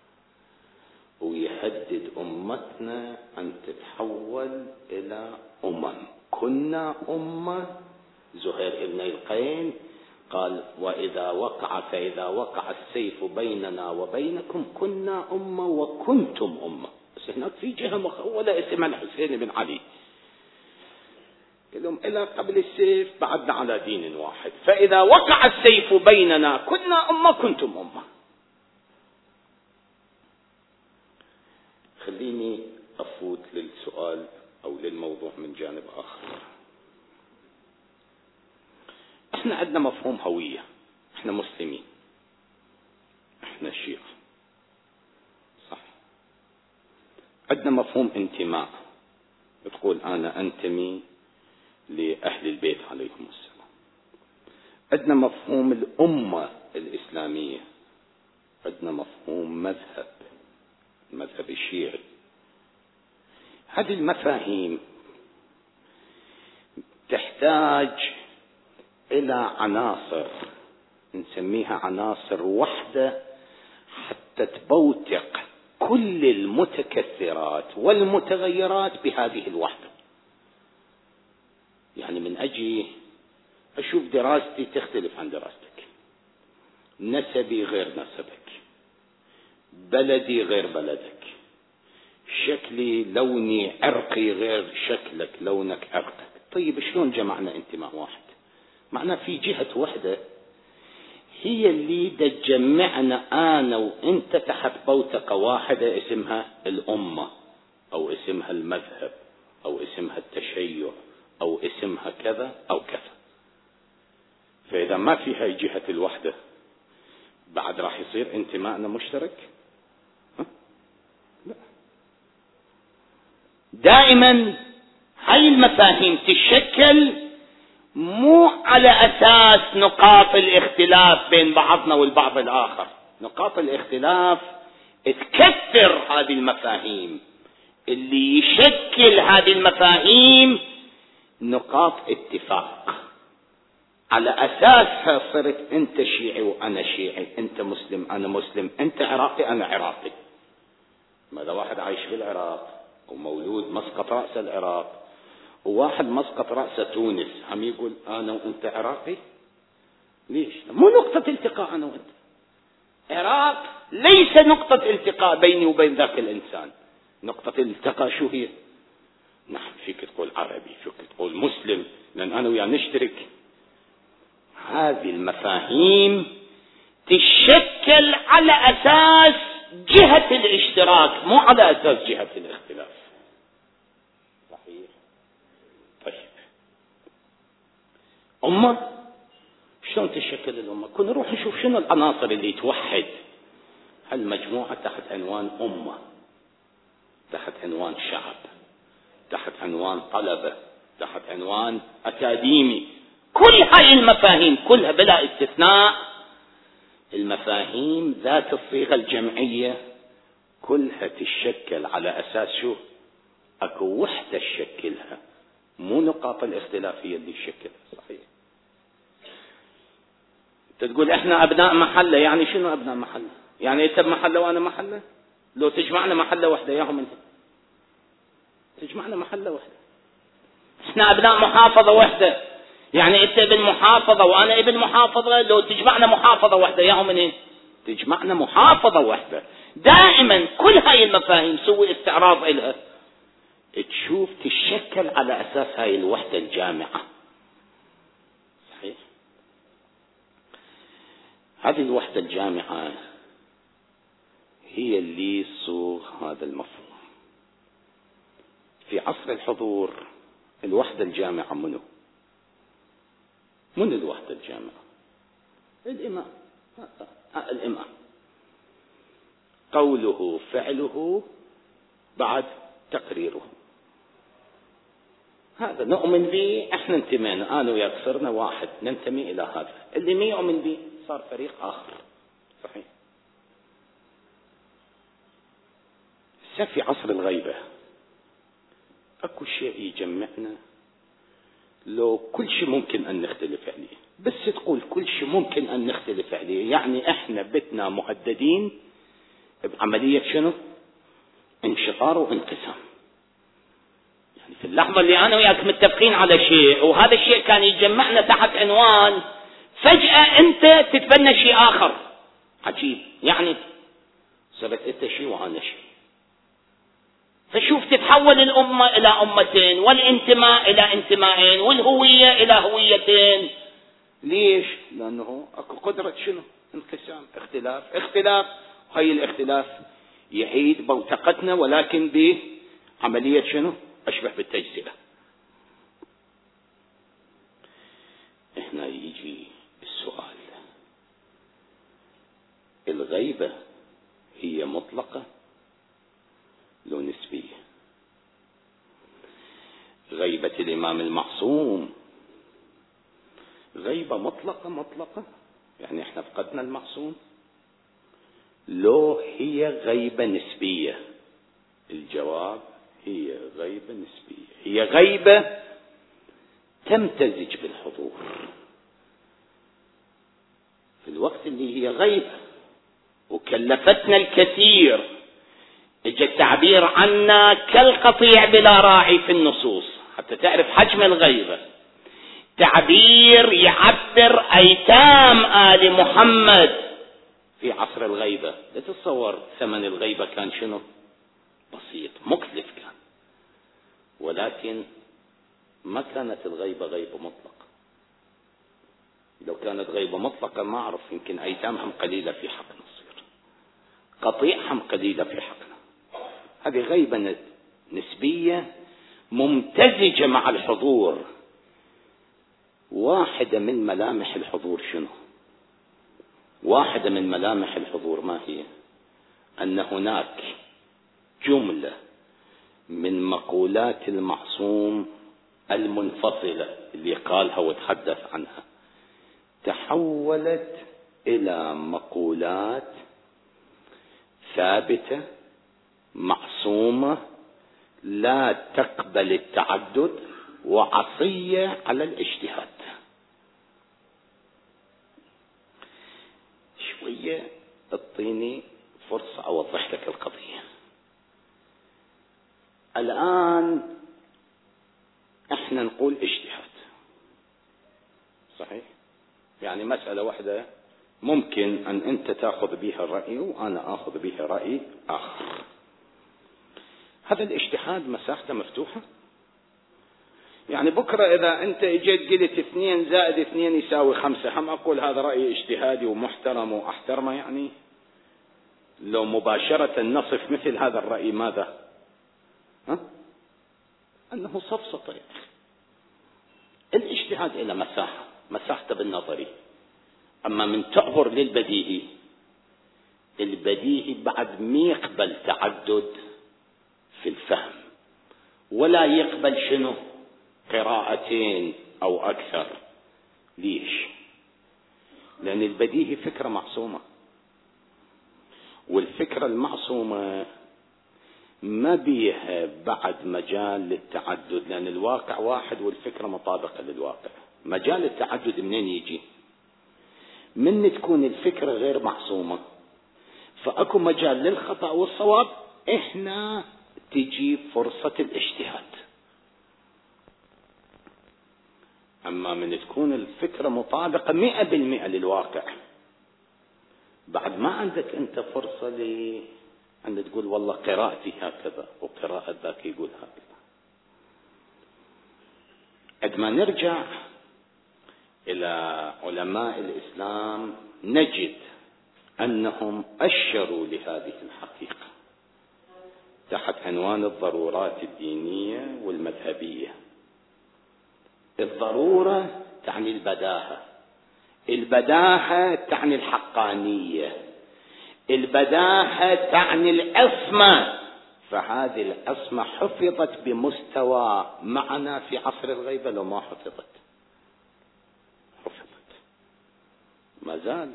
ويحدد أمتنا أن تتحول إلى كنا أمة. زهير ابن القين قال: فإذا وقع السيف بيننا وبينكم كنا أمة وكنتم أمة. بس هناك في جهة مخولة اسمها الحسين بن علي، قال لهم: إلى قبل السيف بعدنا على دين واحد، فإذا وقع السيف بيننا كنا أمة كنتم أمة. خليني أفوت للسؤال أو للموضوع من جانب آخر. احنا عندنا مفهوم هوية، احنا مسلمين، احنا شيعة، صح؟ عندنا مفهوم انتماء، تقول أنا أنتمي لأهل البيت عليهم السلام. عندنا مفهوم الأمة الإسلامية، عندنا مفهوم المذهب الشيعي. هذه المفاهيم تحتاج إلى عناصر نسميها عناصر وحدة حتى تبوتق كل المتكثرات والمتغيرات بهذه الوحدة. يعني من أجي أشوف دراستي تختلف عن دراستك، نسبي غير نسبك، بلدي غير بلدك، شكلي لوني عرقي غير شكلك لونك عرقك. طيب شلون جمعنا انتماء واحد؟ معناه في جهة وحدة هي اللي تجمعنا أنا وإنت تحت بوتقة واحدة اسمها الأمة، أو اسمها المذهب، أو اسمها التشيع، أو اسمها كذا أو كذا. فإذا ما في هاي جهة الوحدة بعد راح يصير انتماءنا مشترك؟ لا. دائما هاي المفاهيم تشكل مو على أساس نقاط الاختلاف بين بعضنا والبعض الآخر. نقاط الاختلاف تكثر هذه المفاهيم، اللي يشكل هذه المفاهيم نقاط اتفاق، على أساسها صرت أنت شيعي وأنا شيعي، أنت مسلم أنا مسلم، أنت عراقي أنا عراقي. ماذا واحد عايش في العراق ومولود مسقط رأس العراق، وواحد مسقط رأس تونس، عم يقول أنا وأنت عراقي؟ ليش؟ مو نقطة التقاء أنا وأنت. عراق ليس نقطة التقاء بيني وبين ذاك الإنسان. نقطة الالتقاء شو هي؟ نعم، فيك تقول عربي، فيك تقول مسلم، لأن أنا وياه نشترك. هذه المفاهيم تشكل على أساس جهة الاشتراك، مو على أساس جهة الاختلاف. صحيح؟ طيب، أمة شلون تشكل الأمة؟ كنا نروح نشوف شنو العناصر اللي توحد هالمجموعة تحت عنوان أمة، تحت عنوان شعب، تحت عنوان طلبة، تحت عنوان أكاديمي. كل هاي المفاهيم كلها بلا استثناء، المفاهيم ذات الصيغة الجمعية كلها تشكل على أساس شو؟ أكو وحدة تشكلها، مو نقاط الاختلاف هي اللي تشكلها. صحيح؟ تقول احنا أبناء محلة، يعني شنو أبناء محلة؟ يعني أنت بمحلة وأنا محلة؟ لو تجمعنا محلة واحدة ياهم أنت، تجمعنا محلة واحدة. احنا أبناء محافظة واحدة، يعني أنت ابن محافظة وأنا ابن محافظة، لو تجمعنا محافظة واحدة ياهم من تجمعنا محافظة واحدة. دائما كل هاي المفاهيم سوي استعراض إلها، تشوف تشكل على أساس هاي الوحدة الجامعة. صحيح؟ هذه الوحدة الجامعة هي اللي صوغ هذا المفهوم. في عصر الحضور الوحدة الجامعة منه؟ من الوحدة الجامعة؟ الإمام. الإمام قوله فعله بعد تقريره، هذا نؤمن به. احنا انتمينا، انا وياك صرنا واحد، ننتمي الى هذا. اللي ما يؤمن به صار فريق اخر. صحيح؟ في عصر الغيبة اكو شيء يجمعنا، لو كل شيء ممكن ان نختلف عليه، بس تقول كل شيء ممكن ان نختلف عليه، يعني احنا بتنا مهددين بعملية شنو؟ انشطار وانقسام. يعني في اللحظة اللي انا وياك متفقين على شيء، وهذا الشيء كان يجمعنا تحت عنوان، فجأة انت تتبنى شيء اخر عجيب، يعني صرت انت شيء وانا شيء. فشوف تتحول الأمة إلى أمتين، والانتماء إلى انتمائين، والهوية إلى هويتين. ليش؟ لأنه أكو قدرة شنو؟ انقسام، اختلاف. هاي الاختلاف يعيد بوتقتنا ولكن بعملية شنو؟ أشبه بالتجزئة. هنا يجي السؤال: الغيبة هي مطلقة لو نسبية؟ غيبة الإمام المعصوم غيبة مطلقة يعني احنا فقدنا المعصوم، لو هي غيبة نسبية؟ الجواب: هي غيبة نسبية، هي غيبة تمتزج بالحضور. في الوقت اللي هي غيبة وكلفتنا الكثير، اجى التعبير عنا كالقطيع بلا راعي في النصوص حتى تعرف حجم الغيبة. تعبير يعبر أيتام آل محمد في عصر الغيبة. لا تتصور ثمن الغيبة كان شنو؟ بسيط، مكلف كان، ولكن ما كانت الغيبة غيبة مطلقة. لو كانت غيبة مطلقة ما أعرف، يمكن أيتامهم قليلة في حقنا، نصير قطيعهم قليلة في حقنا. هذه غيبة نسبية ممتزجة مع الحضور. واحدة من ملامح الحضور شنو؟ واحدة من ملامح الحضور ما هي؟ أن هناك جملة من مقولات المعصوم المنفصلة اللي قالها وتحدث عنها تحولت إلى مقولات ثابتة معصومة لا تقبل التعدد وعصية على الاجتهاد. شوية اعطيني فرصة أوضح لك القضية. الآن احنا نقول اجتهاد، صحيح؟ يعني مسألة واحدة ممكن أن أنت تأخذ بها الرأي وأنا أخذ بها رأي آخر. هذا الاجتهاد مساحته مفتوحة. يعني بكرة إذا أنت اجيت قلت 2 زائد 2 يساوي 5، هم أقول هذا رأي اجتهادي ومحترم وأحترمه؟ يعني لو مباشرة نصف مثل هذا الرأي ماذا؟ أنه سفسطة. الاجتهاد إلى مساحته بالنظري. أما من تعبر للبديهي، البديهي بعد ما يقبل تعدد في الفهم، ولا يقبل شنو؟ قراءتين أو أكثر. ليش؟ لأن البديهي فكرة معصومة، والفكرة المعصومة ما بيها بعد مجال للتعدد، لأن الواقع واحد والفكرة مطابقة للواقع. مجال التعدد منين يجي؟ من تكون الفكرة غير معصومة فأكو مجال للخطأ والصواب، إحنا تجي فرصة الاجتهاد. أما من تكون الفكرة مطابقة 100% للواقع، بعد ما عندك أنت فرصة أن تقول والله قراءتي هكذا وقراءة ذاك يقول هكذا. عندما نرجع إلى علماء الإسلام نجد أنهم أشروا لهذه الحقيقة تحت عنوان الضرورات الدينية والمذهبية. الضرورة تعني البداهة، البداهة تعني الحقانية، البداهة تعني العصمة. فهذه العصمة حفظت بمستوى معنا في عصر الغيبة لو ما حفظت؟ حفظت. ما زال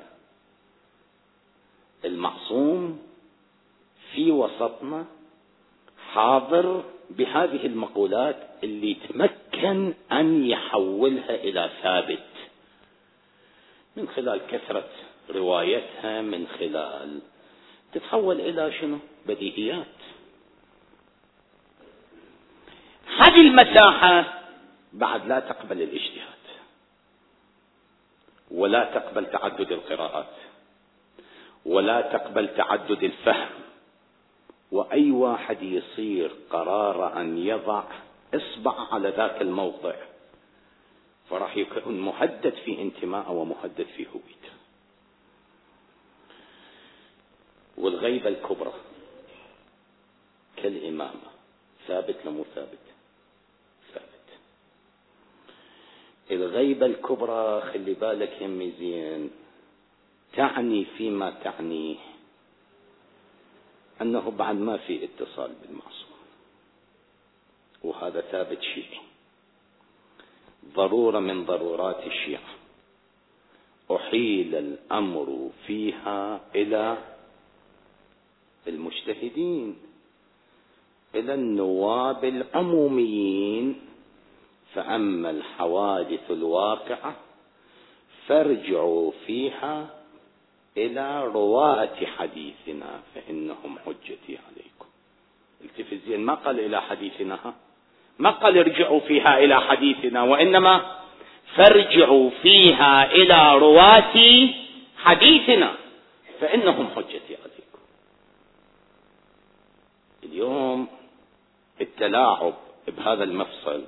المعصوم في وسطنا حاضر بهذه المقولات اللي تمكن أن يحولها إلى ثابت من خلال كثرة روايتها، من خلال تتحول إلى شنو؟ بديهيات. هذه المساحة بعد لا تقبل الاجتهاد ولا تقبل تعدد القراءات ولا تقبل تعدد الفهم. وأي واحد يصير قرار أن يضع إصبع على ذاك الموضع فراح يكون مهدد في انتماءه ومهدد في هويته. والغيبة الكبرى كالإمامة. ثابت لو مو ثابت؟ ثابت. الغيبة الكبرى خلي بالك يمي زين، تعني فيما تعنيه أنه بعد ما في اتصال بالمعصوم، وهذا ثابت شيعي، ضرورة من ضرورات الشيعة، أحيل الأمر فيها إلى المجتهدين، إلى النواب العموميين، فأما الحوادث الواقعة فارجعوا فيها إلى رواة حديثنا فإنهم حجتي عليكم. التفت زين، ما قال إلى حديثنا، ما قال ارجعوا فيها إلى حديثنا، وإنما فارجعوا فيها إلى رواة حديثنا فإنهم حجتي عليكم. اليوم التلاعب بهذا المفصل،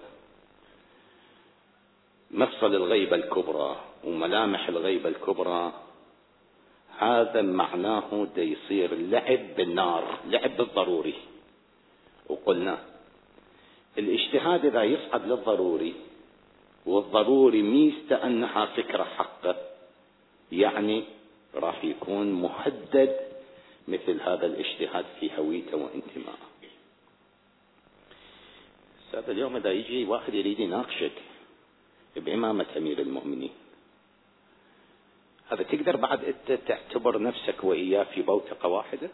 مفصل الغيبة الكبرى وملامح الغيبة الكبرى، هذا معناه دا يصير لعب بالنار، لعب بالضروري. وقلنا الاجتهاد إذا يصعد للضروري، والضروري ميزته أنها فكرة حقه، يعني راح يكون مهدد مثل هذا الاجتهاد في هويته وانتمائه. هذا اليوم إذا يجي واحد يريد يناقشك بإمامة أمير المؤمنين، هذا تقدر بعد أنت تعتبر نفسك وإياه في بوتقة واحدة؟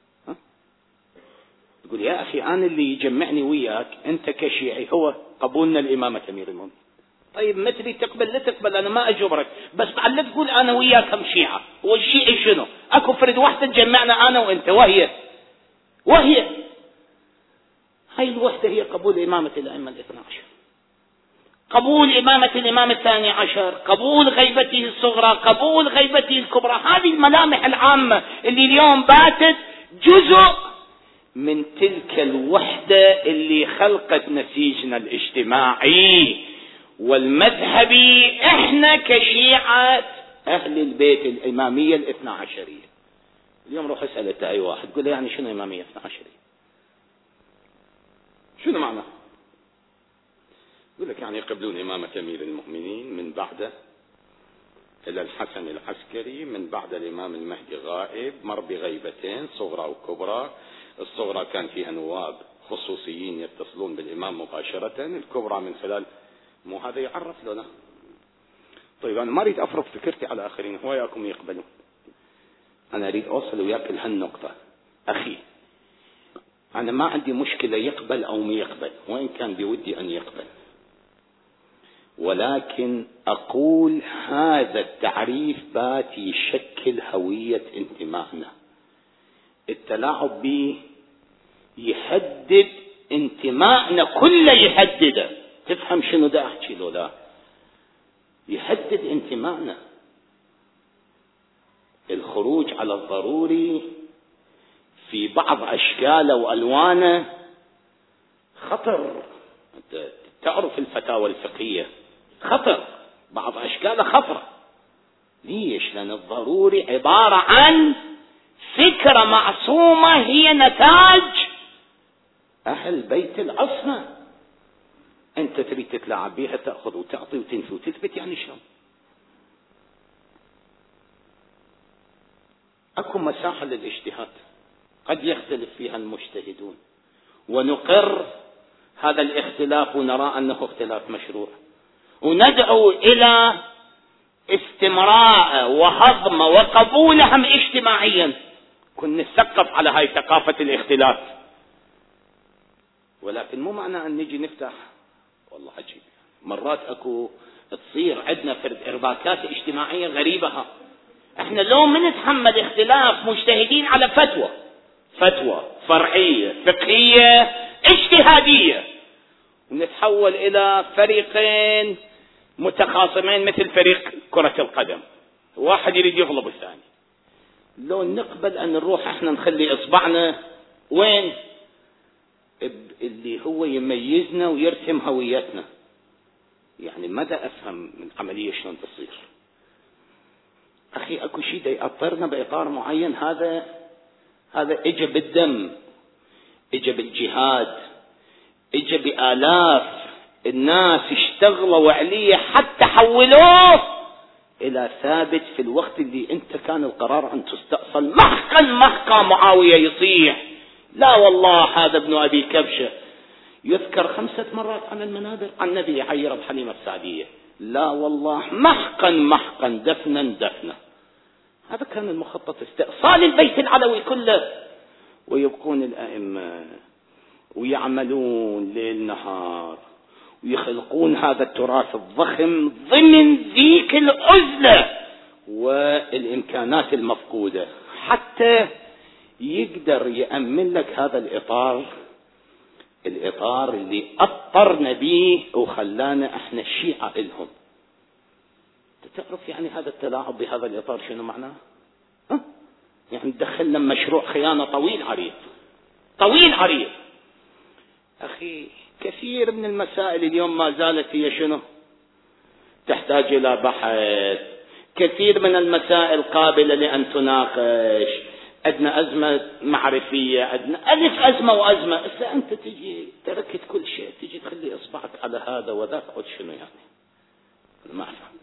تقول يا أخي أنا اللي يجمعني وياك أنت كشيعي هو قبولنا لإمامة أمير المؤمنين. طيب مثلي تقبل لا تقبل أنا ما أجبرك، بس بعد لا تقول أنا وياك هم شيعة. هو الشيعي شنو؟ أكو فرد واحدة تجمعنا أنا وأنت، وهي هاي الوحدة هي قبول إمامة الأئمة الاثنى عشر، قبول إمامة الإمام الثاني عشر، قبول غيبته الصغرى، قبول غيبته الكبرى. هذه الملامح العامة اللي اليوم باتت جزء من تلك الوحدة اللي خلقت نسيجنا الاجتماعي والمذهبي احنا كشيعة أهل البيت الإمامية الاثنى عشرية. اليوم روح اسأل أي واحد قل يعني شنو إمامية اثنى عشرية؟ شنو معناه؟ يقول لك يعني يقبلون إمامة أمير المؤمنين، من بعده إلى الحسن العسكري، من بعد الإمام المهدي غائب، مر بغيبتين صغرى وكبرى. الصغرى كان فيها نواب خصوصيين يتصلون بالإمام مباشرة، الكبرى من خلال مو هذا يعرف له لا. طيب أنا ما أريد أفرض فكرتي على آخرين، هو ياكم يقبلون، أنا أريد أوصل وياك لهالنقطة. أخي أنا ما عندي مشكلة يقبل أو ما يقبل، وإن كان بودي أن يقبل، ولكن أقول هذا التعريف بات يشكل هوية انتمائنا. التلاعب به يحدد انتمائنا كله، يحدده. تفهم شنو دا أحكي له؟ لا يحدد انتمائنا. الخروج على الضروري في بعض أشكاله وألوانه خطر. تعرف الفتاوى الفقهية خطر، بعض أشكاله خطر. ليش؟ لأن الضروري عبارة عن فكرة معصومة هي نتاج أهل بيت العصمة. أنت تريد تتلاعب بها، تأخذ وتعطي وتنفي وتثبت، يعني شلون؟ أكو مساحة للاجتهاد قد يختلف فيها المجتهدون، ونقر هذا الاختلاف ونرى أنه اختلاف مشروع، وندعو إلى استمراء وهضم وقبولهم اجتماعيا. كنا نثقف على هاي ثقافة الاختلاف، ولكن مو معنى أن نجي نفتح. والله عجيب، مرات أكو تصير عندنا فرد إرباكات اجتماعية غريبة. احنا لو من نتحمل اختلاف مجتهدين على فتوى فرعية فقهية اجتهادية، ونتحول إلى فريقين متخاصمين مثل فريق كرة القدم، واحد يريد يغلب الثاني. لو نقبل أن نروح احنا نخلي إصبعنا وين اللي هو يميزنا ويرسم هويتنا، يعني ماذا أفهم من عملية شلون تصير؟ أخي أكو شيء دا يأطرنا بإطار معين، هذا إجا بالدم. اجى بالجهاد، اجى بآلاف الناس اشتغلوا عليه حتى حولوه الى ثابت في الوقت اللي انت كان القرار ان تستأصل. محقا معاوية يصيح لا والله هذا ابن ابي كبشة. يذكر 5 مرات عن المنابر عن النبي يعير بحليمة السعدية. لا والله محقا دفنا. هذا كان المخطط، استئصال البيت العلوي كله. ويبقون الأئمة ويعملون ليل نهار ويخلقون هذا التراث الضخم ضمن ذيك العزلة والإمكانات المفقودة، حتى يقدر يأمن لك هذا الإطار اللي أطرنا به وخلانا احنا الشيعة إلهم. تعرف يعني هذا التلاعب بهذا الإطار شنو معناه؟ يعني دخلنا مشروع خيانة طويل عريض. أخي كثير من المسائل اليوم ما زالت هي شنو؟ تحتاج إلى بحث. كثير من المسائل قابلة لأن تناقش. عندنا أزمة معرفية، عندنا ألف أزمة وأزمة. إذا أنت تجي تركت كل شيء تجي تخلي إصبعك على هذا وذاك، أقول شنو يعني؟ ما أفهم.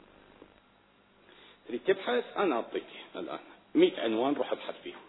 تريد تبحث؟ أنا أعطيك الآن 100 عنوان روح ابحث فيهم.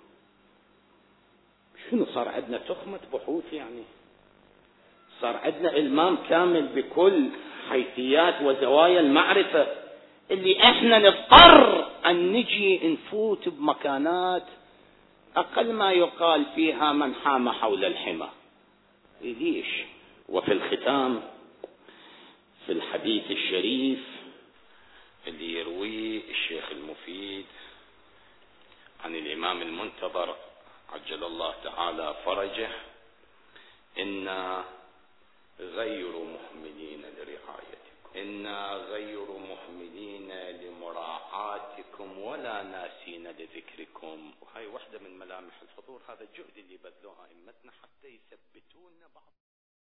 شنو صار عندنا تخمة بحوث، يعني صار عندنا إلمام كامل بكل حيثيات وزوايا المعرفة اللي احنا نضطر أن نجي نفوت بمكانات أقل ما يقال فيها من حام حول الحمى. ليش؟ وفي الختام في الحديث الشريف اللي يرويه الشيخ المفيد عن الإمام المنتظر عجل الله تعالى فرجه: إنا غير مهملين لرعايتكم، إنا غير مهملين لمراعاتكم ولا ناسين لذكركم. وهي واحدة من ملامح الحضور، هذا الجهد اللي بذلوها أئمتنا حتى يثبتون بعض